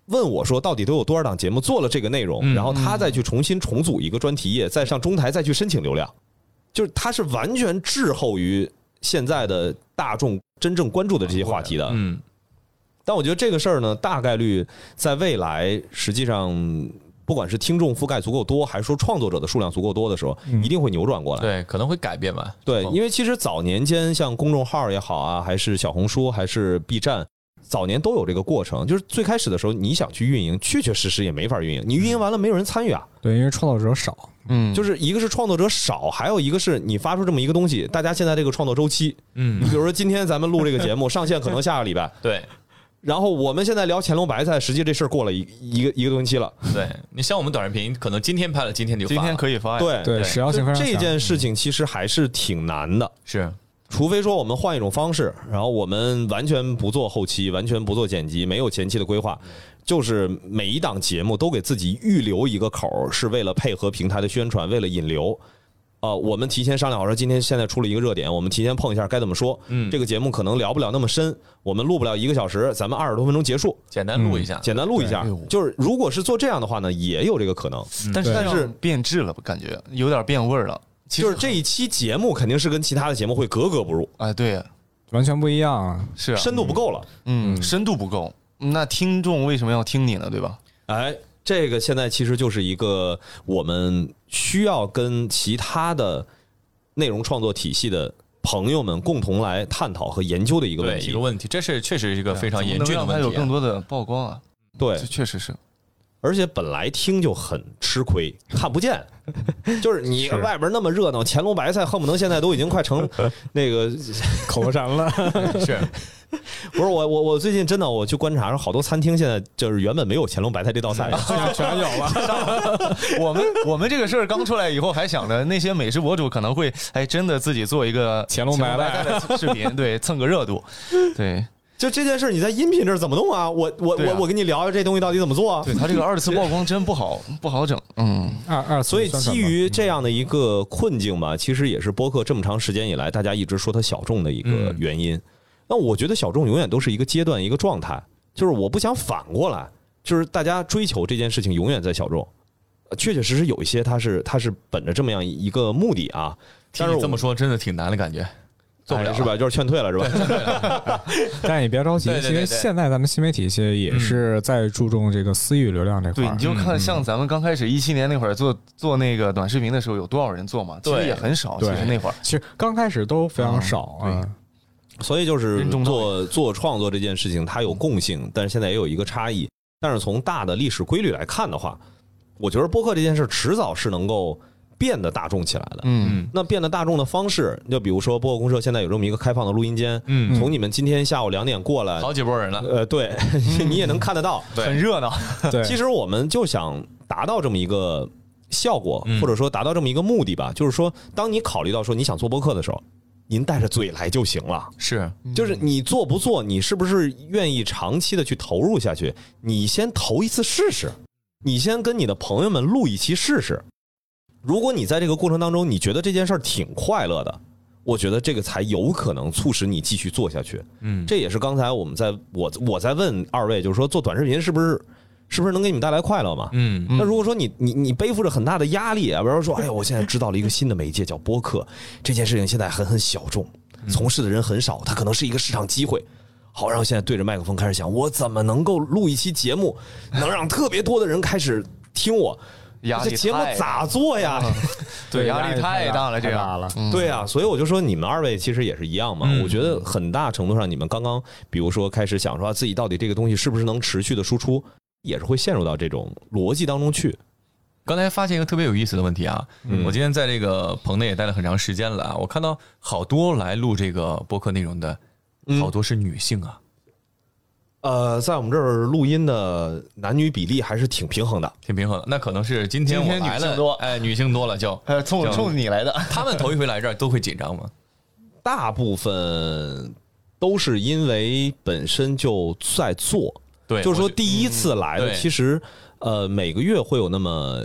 问我说到底都有多少档节目做了这个内容，然后他再去重新重组一个专题页，再上中台再去申请流量，就是他是完全滞后于现在的大众真正关注的这些话题的。但我觉得这个事儿呢，大概率在未来，实际上不管是听众覆盖足够多，还是说创作者的数量足够多的时候，一定会扭转过来。 对，可能会改变吧。 对，因为其实早年间像公众号也好啊，还是小红书，还是 B 站，早年都有这个过程。就是最开始的时候，你想去运营，确确实实也没法运营。你运营完了，没有人参与啊。 对，因为创作者少。 就是一个是创作者少，还有一个是你发出这么一个东西，大家现在这个创作周期，你比如说今天咱们录这个节目，上线可能下个礼拜。 对。 然后我们现在聊乾隆白菜，实际这事儿过了一个多星期了。 对，你像我们短视频，可能今天拍了，今天就发了， 今天可以发。 对，时效性非常强。 这件事情其实还是挺难的， 是， 除非说我们换一种方式，然后我们完全不做后期，完全不做剪辑，没有前期的规划，就是每一档节目都给自己预留一个口，是为了配合平台的宣传，为了引流。我们提前商量好说，今天现在出了一个热点，我们提前碰一下该怎么说。这个节目可能聊不了那么深，我们录不了1个小时，咱们20多分钟结束， 简单录一下， 简单录一下。就是如果是做这样的话呢，也有这个可能。 但是变质了，感觉有点变味儿了。 就是这一期节目肯定是跟其他的节目会格格不入。 哎，对， 完全不一样啊， 是深度不够了。 深度不够，那听众为什么要听你呢？对吧？ 哎。这个现在其实就是一个我们需要跟其他的内容创作体系的朋友们共同来探讨和研究的一个问题。 一个问题，这是确实是一个非常严峻的问题。 还有更多的曝光啊！ 对， 这确实是。 而且本来听就很吃亏，看不见，就是你外边那么热闹，乾隆白菜恨不得现在都已经快成那个口头禅了。 是。 不是我最近真的我去观察，好多餐厅现在就是原本没有乾隆白菜这道菜， 全有了。 我们这个事儿刚出来以后，还想着那些美食博主可能会真的自己做一个乾隆白菜的视频，对，蹭个热度，对。 就这件事你在音频这儿怎么弄啊？我跟你聊聊这东西到底怎么做啊？ 对，他这个2次曝光真不好整。 所以基于这样的一个困境吧，其实也是播客这么长时间以来大家一直说它小众的一个原因。那我觉得小众永远都是一个阶段一个状态，就是我不想反过来，就是大家追求这件事情永远在小众。确确实实有一些它是本着这么样一个目的啊。 但是这么说真的挺难的感觉。 做不了是吧？就是劝退了是吧？ 但也别着急，因为现在咱们新媒体其实也是在注重这个私域流量这块。 对，你就看像咱们刚开始17年那会儿做那个短视频的时候，有多少人做嘛？其实也很少。其实那会儿其实刚开始都非常少啊。 所以就是做创作这件事情，它有共性，但是现在也有一个差异。但是从大的历史规律来看的话，我觉得播客这件事迟早是能够变得大众起来的。那变得大众的方式，就比如说播客公社现在有这么一个开放的录音间，从你们今天下午2点过来， 好几波人了。 对，你也能看得到， 很热闹。 对， 其实我们就想达到这么一个效果，或者说达到这么一个目的吧，就是说，当你考虑到说你想做播客的时候，您带着嘴来就行了。 是， 就是你做不做，你是不是愿意长期的去投入下去？你先投一次试试，你先跟你的朋友们录一期试试。如果你在这个过程当中，你觉得这件事儿挺快乐的，我觉得这个才有可能促使你继续做下去。这也是刚才我在问2位，就是说做短视频是不是能给你们带来快乐嘛？那如果说你背负着很大的压力啊，比如说，哎呀，我现在知道了一个新的媒介叫播客，这件事情现在很小众，从事的人很少，它可能是一个市场机会。好，然后现在对着麦克风开始想，我怎么能够录一期节目，能让特别多的人开始听我？这节目咋做呀？ 对，压力太大了，这样了。 对啊，所以我就说你们2位其实也是一样嘛。我觉得很大程度上，你们刚刚比如说开始想说自己到底这个东西是不是能持续的输出，也是会陷入到这种逻辑当中去。 刚才发现一个特别有意思的问题啊，我今天在这个棚内也待了很长时间了啊，我看到好多来录这个播客内容的，好多是女性啊。 在我们这儿录音的男女比例还是挺平衡的， 那可能是今天我来了，女性多了就冲你来的。 他们头一回来这儿都会紧张吗？ 大部分都是因为本身就在做， 对， 就是说第一次来的，其实每个月会有那么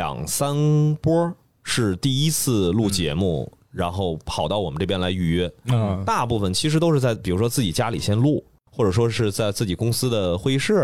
2-3波是第一次录节目，然后跑到我们这边来预约。大部分其实都是在比如说自己家里先录。或者说是在自己公司的会议室，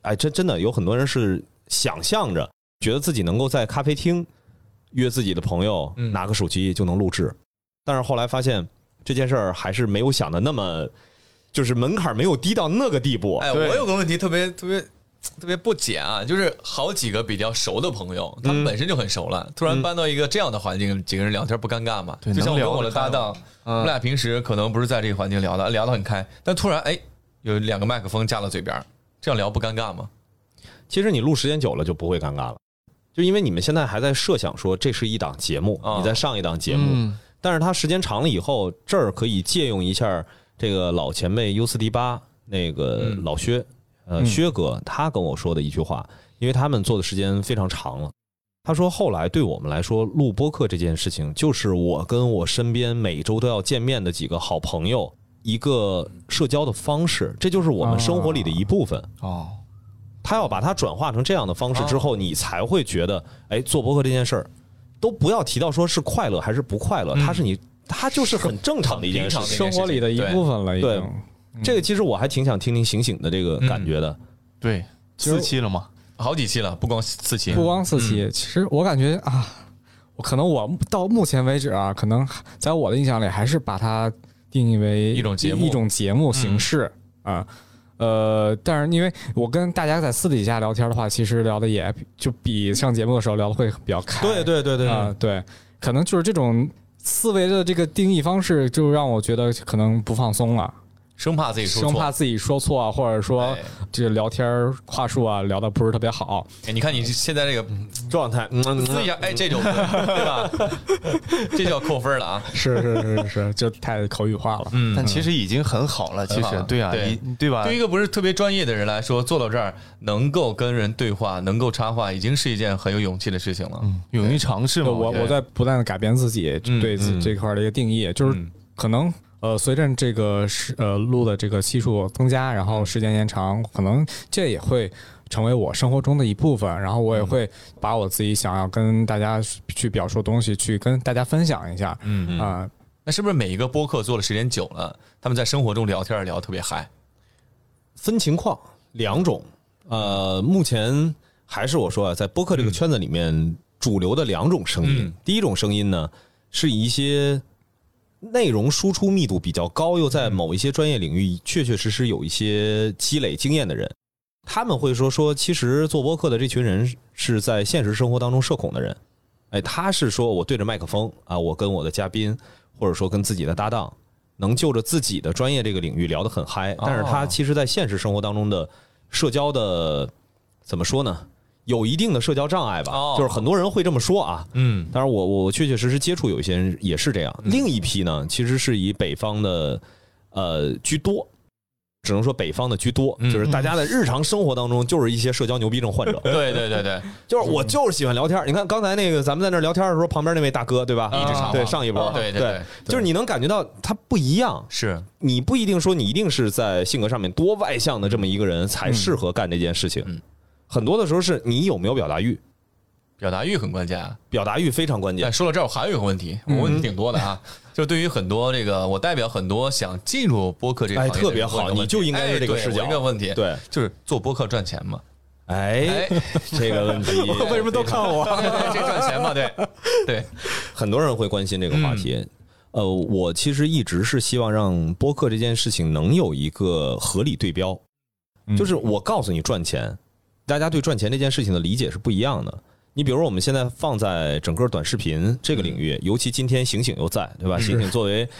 哎，真的有很多人是想象着，觉得自己能够在咖啡厅约自己的朋友，拿个手机就能录制，但是后来发现这件事儿还是没有想的那么，就是门槛没有低到那个地步。 哎，我有个问题特别不解啊，就是好几个比较熟的朋友，他们本身就很熟了，突然搬到一个这样的环境，几个人聊天不尴尬吗？就像我跟我的搭档，我们俩平时可能不是在这个环境聊得很开，但突然哎有2个麦克风架到嘴边，这样聊不尴尬吗？ 其实你录时间久了就不会尴尬了，就因为你们现在还在设想说这是一档节目，你在上一档节目，但是它时间长了以后，这儿可以借用一下这个老前辈 U4D8 那个老薛，薛哥他跟我说的一句话，因为他们做的时间非常长了。他说后来对我们来说，录播客这件事情，就是我跟我身边每周都要见面的几个好朋友一个社交的方式，这就是我们生活里的一部分。他要把它转化成这样的方式之后，你才会觉得，哎，做播客这件事儿，都不要提到说是快乐还是不快乐，它就是很正常的一件事， 生活里的一部分了。 对，这个其实我还挺想听听醒醒的这个感觉的。 对，4期了吗？ 好几期了，不光4期， 不光4期。其实我感觉啊，我到目前为止啊，可能在我的印象里，还是把它定义为一种节目形式啊。但是因为我跟大家在私底下聊天的话，其实聊的也就比上节目的时候聊的会比较开。 对对，可能就是这种思维的这个定义方式，就让我觉得可能不放松了。 生怕自己说错啊，或者说这个聊天话术啊聊的不是特别好。 你看你现在这个状态， 撕一下，哎，这就对吧？这就要扣分了啊！ 是，就太口语化了。 但其实已经很好了。其实对啊，对吧？ 对于一个不是特别专业的人来说，做到这儿能够跟人对话，能够插话，已经是一件很有勇气的事情了。 勇于尝试嘛。 我在不断的改变自己对这块的一个定义，就是可能。随着这个录的这个期数增加，然后时间延长，可能这也会成为我生活中的一部分。然后我也会把我自己想要跟大家去表述的东西，去跟大家分享一下。 那是不是每一个播客做的时间久了，他们在生活中聊天聊得特别嗨？ 分情况2种。目前还是我说啊，在播客这个圈子里面，主流的2种声音。第一种声音呢，是一些内容输出密度比较高，又在某一些专业领域确实有一些积累经验的人，他们会说，其实做播客的这群人是在现实生活当中社恐的人。哎，他是说我对着麦克风啊，我跟我的嘉宾或者说跟自己的搭档，能就着自己的专业这个领域聊得很嗨，但是他其实在现实生活当中的社交的怎么说呢？有一定的社交障碍吧，就是很多人会这么说啊。当然我确实接触有一些人也是这样。另一批呢，其实是以北方的居多，只能说北方的居多，就是大家的日常生活当中就是一些社交牛逼症患者。 对， 就是我就是喜欢聊天。你看刚才那个咱们在那聊天的时候，旁边那位大哥对吧？ 一直插话。 对，上一波。 对， 就是你能感觉到他不一样。 是你不一定说你一定是在性格上面多外向的这么一个人才适合干这件事情。很多的时候是你有没有表达欲， 表达欲很关键啊， 表达欲非常关键。 说到这儿，我还有一个问题，我问题挺多的啊。就对于很多这个，我代表很多想进入播客这个行业， 特别好，你就应该是这个视角。 一个问题， 对， 就是做播客赚钱吗？ 哎，这个问题为什么都看我？ 这赚钱吗？对， 很多人会关心这个话题。我其实一直是希望让播客这件事情能有一个合理对标，就是我告诉你赚钱。大家对赚钱这件事情的理解是不一样的。你比如说我们现在放在整个短视频这个领域，尤其今天醒醒又在，对吧？醒醒作为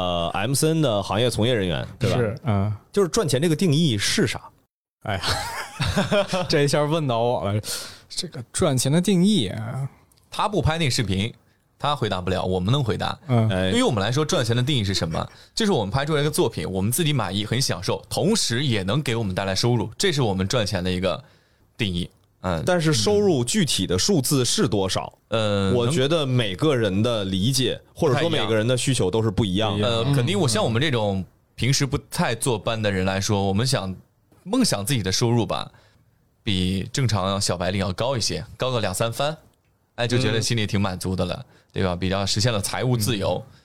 MCN 的行业从业人员，对吧？ 是， 就是赚钱这个定义是啥？ 哎呀，这一下问到我了。这个赚钱的定义， 他不拍那视频，他回答不了，我们能回答。对于我们来说，赚钱的定义是什么？就是我们拍出来一个作品，我们自己满意，很享受，同时也能给我们带来收入，这是我们赚钱的一个定义。 但是收入具体的数字是多少？我觉得每个人的理解或者说每个人的需求都是不一样的。 肯定，像我们这种平时不太坐班的人来说，我们梦想自己的收入吧，比正常小白领要高一些，高个2-3番，哎，就觉得心里挺满足的了，对吧？比较实现了财务自由。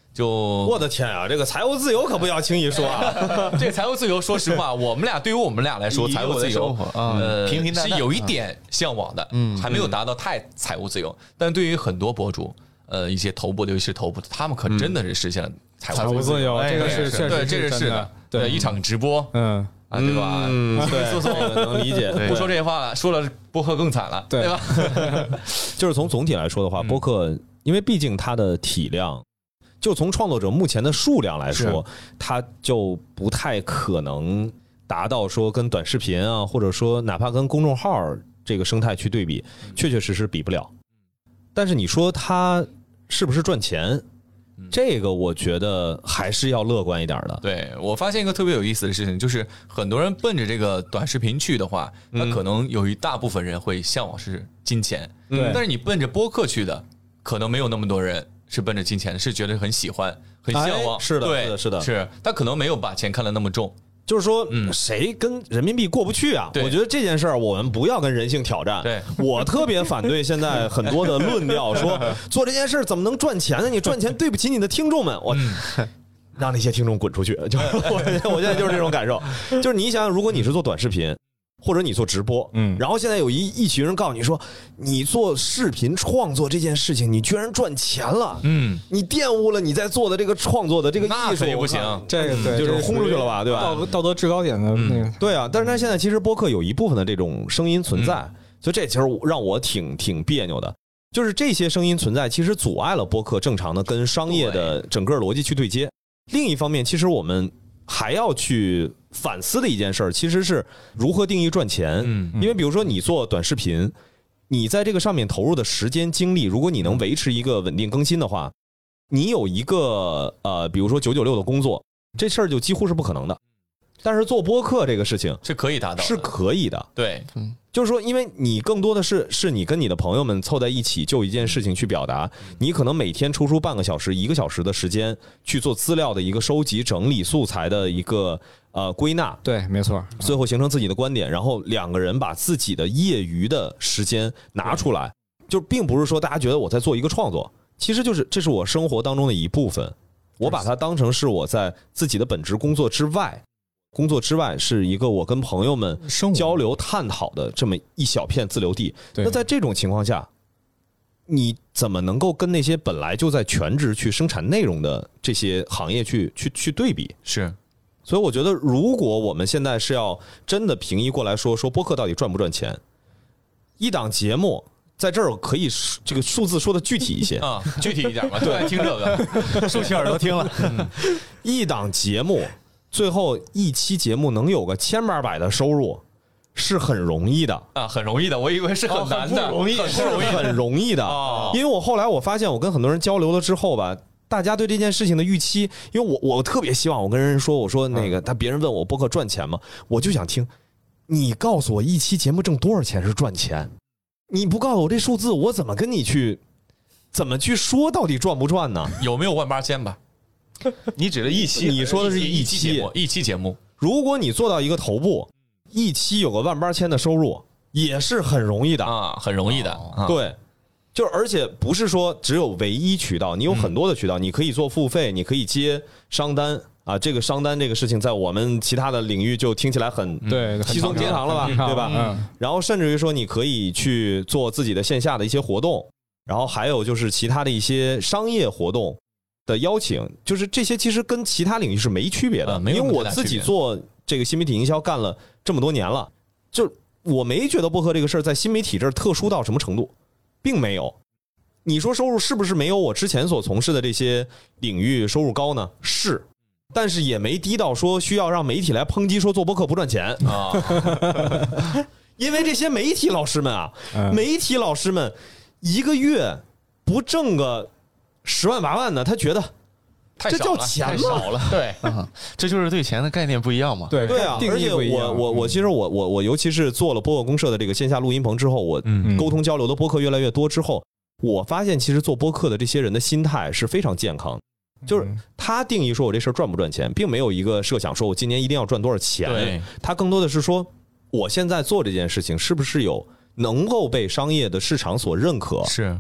就我的天啊，这个财务自由可不要轻易说啊！ 这个财务自由，说实话，对于我们俩来说，财务自由平平淡淡是有一点向往的，还没有达到太财务自由。但对于很多博主，一些头部的，尤其是头部的，他们可真的是实现了财务自由。 这个是确实对，这个是的，对，一场直播，对吧？ 对，能理解。 不说这些话了，说了播客更惨了，对吧？ 就是从总体来说的话，播客因为毕竟它的体量。就从创作者目前的数量来说，它就不太可能达到说跟短视频啊，或者说哪怕跟公众号这个生态去对比，确确实实比不了。但是你说它是不是赚钱？这个我觉得还是要乐观一点的。 对，我发现一个特别有意思的事情，就是很多人奔着这个短视频去的话，那可能有一大部分人会向往是金钱，但是你奔着播客去的，可能没有那么多人。是奔着金钱，是觉得很喜欢、很向往， 是的， 对， 是的， 是他可能没有把钱看得那么重， 就是说，谁跟人民币过不去啊？我觉得这件事儿我们不要跟人性挑战。 对， 我特别反对现在很多的论调，说做这件事怎么能赚钱呢？你赚钱对不起你的听众们，我让那些听众滚出去。就我现在就是这种感受，就是你想想，如果你是做短视频。或者你做直播，然后现在有一群人告诉你说，你做视频创作这件事情，你居然赚钱了，你玷污了你在做的这个创作的这个艺术， 也不行， 这个对， 就是轰出去了吧，对吧？ 道德制高点的那个， 对啊。但是它现在其实播客有一部分的这种声音存在，所以这其实让我挺别扭的，就是这些声音存在，其实阻碍了播客正常的跟商业的整个逻辑去对接。另一方面，其实我们还要去反思的一件事儿，其实是如何定义赚钱。因为比如说你做短视频，你在这个上面投入的时间精力，如果你能维持一个稳定更新的话，你有一个比如说996的工作，这事儿就几乎是不可能的。但是做播客这个事情是可以达到的， 是可以的。 对， 就是说，因为你更多的是你跟你的朋友们凑在一起就一件事情去表达，你可能每天抽出半个小时、1个小时的时间去做资料的一个收集、整理、素材的一个归纳。 对，没错， 最后形成自己的观点，然后两个人把自己的业余的时间拿出来，就并不是说大家觉得我在做一个创作，其实就是这是我生活当中的一部分，我把它当成是我在自己的本职工作之外。工作之外是一个我跟朋友们交流探讨的这么一小片自留地。那在这种情况下，你怎么能够跟那些本来就在全职去生产内容的这些行业去对比？ 是， 所以我觉得，如果我们现在是要真的平移过来说播客到底赚不赚钱，一档节目在这儿可以这个数字说的具体一些啊，具体一点吧，都爱听这个， 竖起耳朵听了。 一档节目。最后一期节目能有个1800的收入，是很容易的啊，很容易的。我以为是很难的， 很容易的。因为我后来我发现，我跟很多人交流了之后吧，大家对这件事情的预期，因为我特别希望我跟人说，我说那个别人问我播客赚钱吗？我就想听你告诉我一期节目挣多少钱是赚钱，你不告诉我这数字，我怎么跟你怎么去说到底赚不赚呢？ 有没有18000吧？ 你指的一期， 你说的是一期节目。 如果你做到一个头部，一期有个18000的收入，也是很容易的啊，很容易的。 对，就是而且不是说只有唯一渠道，你有很多的渠道，你可以做付费，你可以接商单啊。这个商单这个事情，在我们其他的领域就听起来很稀松平常了吧，对吧？然后甚至于说，你可以去做自己的线下的一些活动，然后还有就是其他的一些商业活动。的邀请，就是这些其实跟其他领域是没区别的，因为我自己做这个新媒体营销干了这么多年了，就我没觉得播客这个事儿在新媒体这儿特殊到什么程度，并没有。你说收入是不是没有我之前所从事的这些领域收入高呢？是，但是也没低到说需要让媒体来抨击说做播客不赚钱啊。因为这些媒体老师们啊，媒体老师们一个月不挣个10万8万的，他觉得这叫钱吗？ 太少了，对， 这就是对钱的概念不一样嘛。 对啊，而且我其实我尤其是做了播客公社的这个线下录音棚之后，我沟通交流的播客越来越多之后，我发现其实做播客的这些人的心态是非常健康，就是他定义说我这事儿赚不赚钱，并没有一个设想说我今年一定要赚多少钱，他更多的是说我现在做这件事情是不是有能够被商业的市场所认可， 是。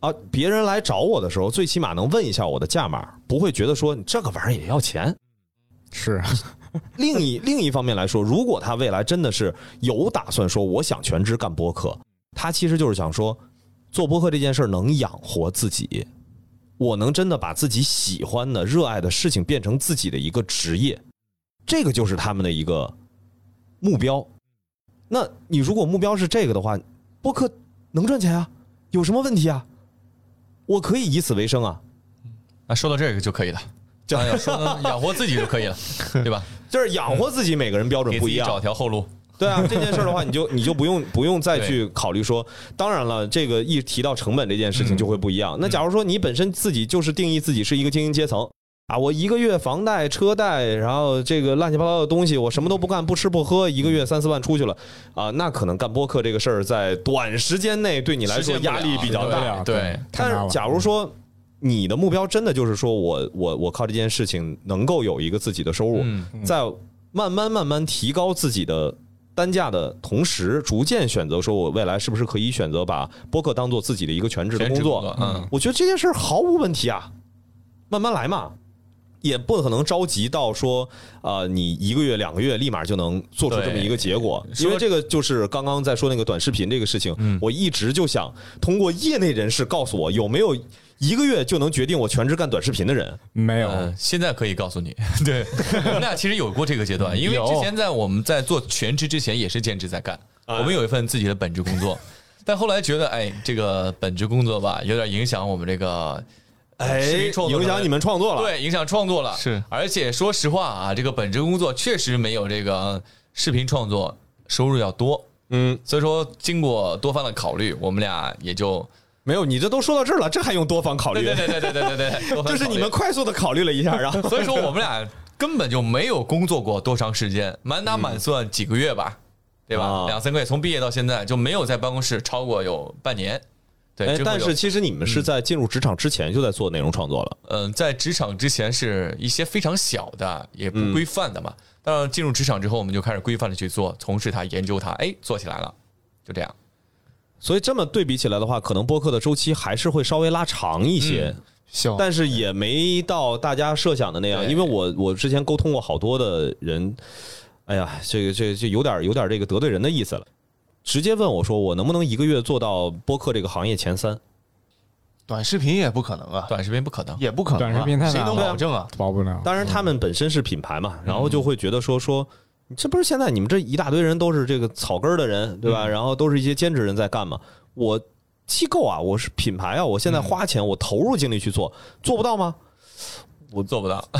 啊，别人来找我的时候，最起码能问一下我的价码，不会觉得说你这个玩意儿也要钱。 是。 另一方面来说，如果他未来真的是有打算说我想全职干播客，他其实就是想说做播客这件事能养活自己，我能真的把自己喜欢的热爱的事情变成自己的一个职业，这个就是他们的一个目标。那你如果目标是这个的话，播客能赚钱啊，有什么问题啊？我可以以此为生啊。 那说到这个就可以了，说能养活自己就可以了，对吧？ 就是养活自己，每个人标准不一样， 给自己找条后路。 对啊，这件事的话，你就不用再去考虑说，当然了，这个一提到成本这件事情就会不一样。那假如说你本身自己就是定义自己是一个精英阶层啊，我一个月房贷、车贷，然后这个乱七八糟的东西，我什么都不干，不吃不喝，一个月3-4万出去了啊，那可能干播客这个事儿在短时间内对你来说压力比较大。 对， 但是假如说你的目标真的就是说我靠这件事情能够有一个自己的收入，在慢慢提高自己的单价的同时，逐渐选择说我未来是不是可以选择把播客当做自己的一个全职的工作。我觉得这件事毫无问题啊，慢慢来嘛，也不可能着急到说你1个月2个月立马就能做出这么一个结果。因为这个就是刚刚在说那个短视频这个事情，我一直就想通过业内人士告诉我，有没有1个月就能决定我全职干短视频的人？ 没有， 现在可以告诉你，对，我们俩其实有过这个阶段，因为之前我们在做全职之前也是兼职在干，我们有一份自己的本职工作，但后来觉得，这个本职工作吧，有点影响我们这个。 影响你们创作了， 对，影响创作了。 是， 而且说实话啊，这个本职工作确实没有这个视频创作收入要多。所以说经过多方的考虑，我们俩也就没有。你这都说到这儿了，这还用多方考虑？ 对， 这是你们快速的考虑了一下，然后所以说我们俩根本就没有工作过多长时间，满打满算几个月吧，对吧？2-3个月，从毕业到现在就没有在办公室超过有半年。对， 但是其实你们是在进入职场之前就在做内容创作了。 在职场之前是一些非常小的，也不规范的嘛。当然进入职场之后，我们就开始规范的去做，从事它，研究它，做起来了，就这样。 所以这么对比起来的话，可能播客的周期还是会稍微拉长一些，但是也没到大家设想的那样。因为我之前沟通过好多的人，哎呀，这有点这个得罪人的意思了。直接问我说，我能不能1个月做到播客这个行业前3？ 短视频也不可能啊， 短视频不可能， 也不可能， 短视频太谁能保证啊？ 保不了。 当然，他们本身是品牌嘛，然后就会觉得说，这不是现在你们这一大堆人都是这个草根的人，对吧？然后都是一些兼职人在干嘛？我机构啊，我是品牌啊，我现在花钱，我投入精力去做不到吗？ 我做不到。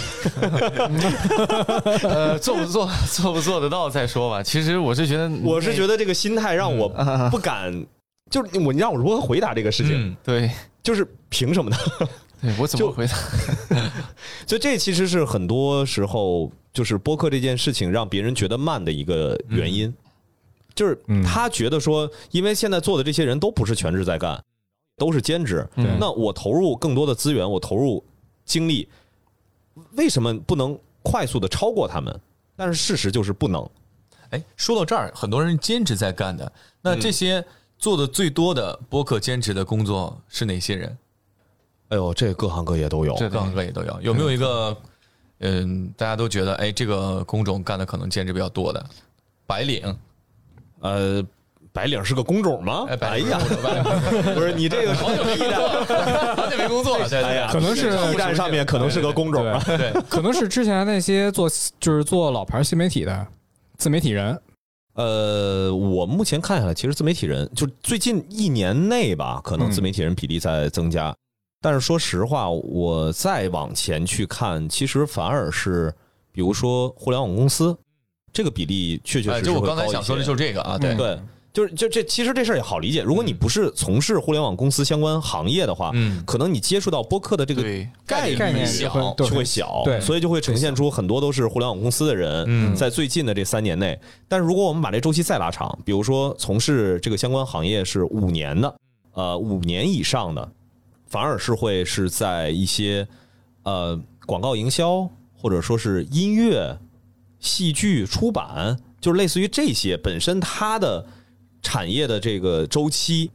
做不做得到再说吧。其实我是觉得这个心态让我不敢，就是你让我如何回答这个事情？ 对， 就是凭什么呢？ 对，我怎么回答？ 所以这其实是很多时候就是播客这件事情让别人觉得慢的一个原因，就是他觉得说，因为现在做的这些人都不是全职在干，都是兼职，那我投入更多的资源，我投入精力，为什么不能快速的超过他们？但是事实就是不能。 说到这儿，很多人兼职在干的，那这些做的最多的播客兼职的工作是哪些人？ 哎呦，这各行各业都有， 各行各业都有。有没有一个大家都觉得这个工种干的可能兼职比较多的白领？ 白领是个工种吗？ 哎呀， 不是你这个好久没工作了， 哎呀， 可能是驿站上面可能是个工种啊， 对，可能是之前那些做老牌新媒体的自媒体人。 我目前看下来，其实自媒体人就最近1年内吧，可能自媒体人比例在增加。但是说实话，我再往前去看，其实反而是比如说互联网公司，这个比例确实是就我刚才想说的就是这个啊，对。 就这其实这事儿也好理解。如果你不是从事互联网公司相关行业的话，可能你接触到播客的这个概念就会小， 对， 所以就会呈现出很多都是互联网公司的人，在最近的这3年内。但是如果我们把这周期再拉长，比如说从事这个相关行业是5年的，5年以上的，反而是在一些广告营销或者说是音乐、戏剧、出版，就是类似于这些本身它的产业的这个周期就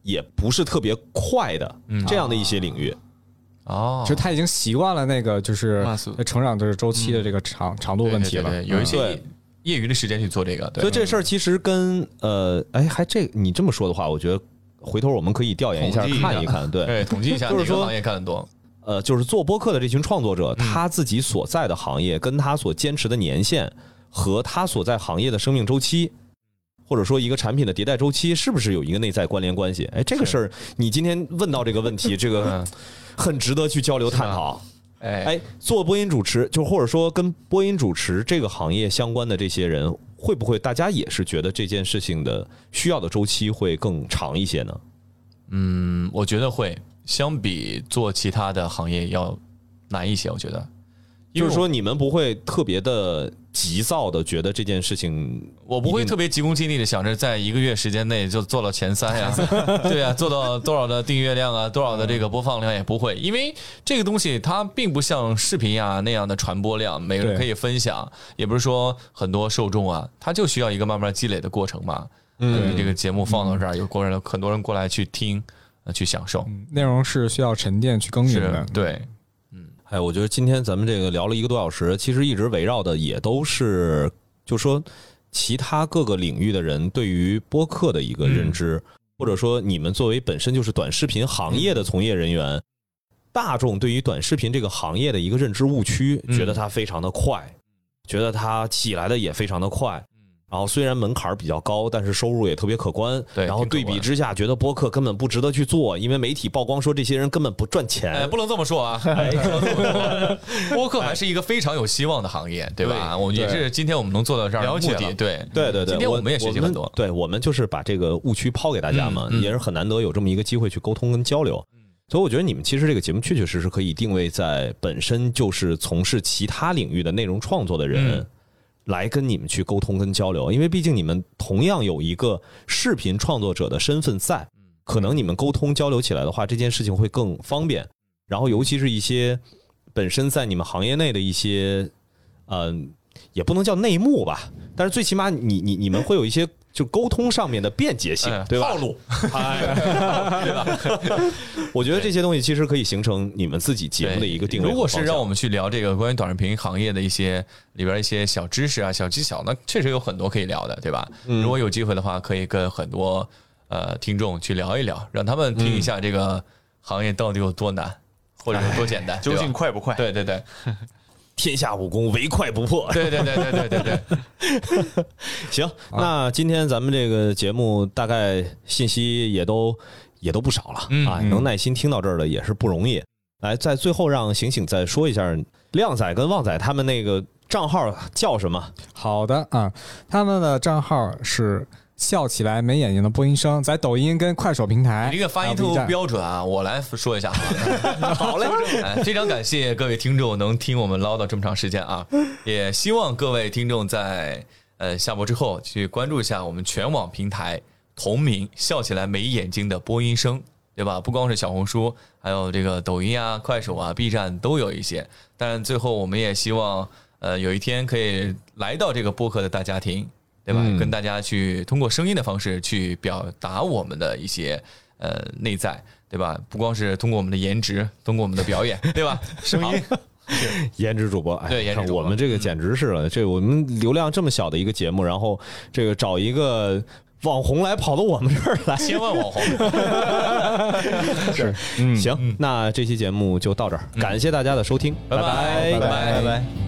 也不是特别快的这样的一些领域。 哦， 就他已经习惯了那个就是成长的周期的这个长度问题了， 对，有一些业余的时间去做这个， 所以这事儿其实跟你这么说的话，我觉得回头我们可以调研一下看一看，对， 统计一下哪个行业看得多。 就是做播客的这群创作者，他自己所在的行业跟他所坚持的年限和他所在行业的生命周期，或者说一个产品的迭代周期，是不是有一个内在关联关系？这个事儿你今天问到这个问题，这个很值得去交流探讨。做播音主持，就或者说跟播音主持这个行业相关的这些人，会不会大家也是觉得这件事情的需要的周期会更长一些呢？ 我觉得会。相比做其他的行业要难一些，我觉得， 就是说你们不会特别的急躁的觉得这件事情， 我不会特别急功近利的想着在1个月时间内就做到前3呀，对呀，做到多少的订阅量啊，多少的这个播放量也不会，因为这个东西它并不像视频呀那样的传播量，每个人可以分享，也不是说很多受众啊，它就需要一个慢慢积累的过程嘛。你这个节目放到这儿，有很多人过来去听。去享受， 内容是需要沉淀去耕耘的， 对， 我觉得今天咱们这个聊了1个多小时，其实一直围绕的也都是，就说其他各个领域的人对于播客的一个认知，或者说你们作为本身就是短视频行业的从业人员，大众对于短视频这个行业的一个认知误区，觉得它非常的快，觉得它起来的也非常的快。然后虽然门槛比较高，但是收入也特别可观。 对， 然后对比之下，觉得播客根本不值得去做，因为媒体曝光说这些人根本不赚钱。 不能这么说啊！播客还是一个非常有希望的行业，对吧？我们也是今天我们能做到这样的目的。对， 今天我们也学习很多。 对，我们就是把这个误区抛给大家嘛，也是很难得有这么一个机会去沟通跟交流。所以我觉得你们其实这个节目确确实实可以定位在本身就是从事其他领域的内容创作的人。来跟你们去沟通跟交流，因为毕竟你们同样有一个视频创作者的身份在，可能你们沟通交流起来的话，这件事情会更方便。然后尤其是一些本身在你们行业内的一些，也不能叫内幕吧，但是最起码你们会有一些就沟通上面的便捷性，对吧？ 套路， 对吧？我觉得这些东西其实可以形成你们自己节目的一个定位。 如果是让我们去聊这个关于短视频行业的一些里边一些小知识啊、小技巧，那确实有很多可以聊的，对吧？如果有机会的话，可以跟很多听众去聊一聊，让他们听一下这个行业到底有多难，或者有多简单， 究竟快不快？ 对对对。 天下武功，唯快不破。 对。 行，那今天咱们这个节目大概信息也都不少了能耐心听到这儿的也是不容易。来，在最后让醒醒再说一下，靓仔跟旺仔他们那个账号叫什么？ 好的啊，他们的账号是笑起来没眼睛的播音生，在抖音跟快手平台。 你这个发音特别标准啊，我来说一下好嘞，非常感谢各位听众能听我们唠叨这么长时间啊，也希望各位听众在下播之后去关注一下我们全网平台同名笑起来没眼睛的播音生，对吧？不光是小红书，还有这个抖音啊、快手啊、B 站都有一些。当然最后我们也希望有一天可以来到这个播客的大家庭，对吧？跟大家去通过声音的方式去表达我们的一些内在，对吧？不光是通过我们的颜值，通过我们的表演，对吧？ 声音， 颜值主播， 对，颜值主播， 我们这个简直是了，这我们流量这么小的一个节目，然后这个找一个网红来跑到我们这儿来， 千万网红是，行，那这期节目就到这儿，感谢大家的收听，拜拜， 拜拜。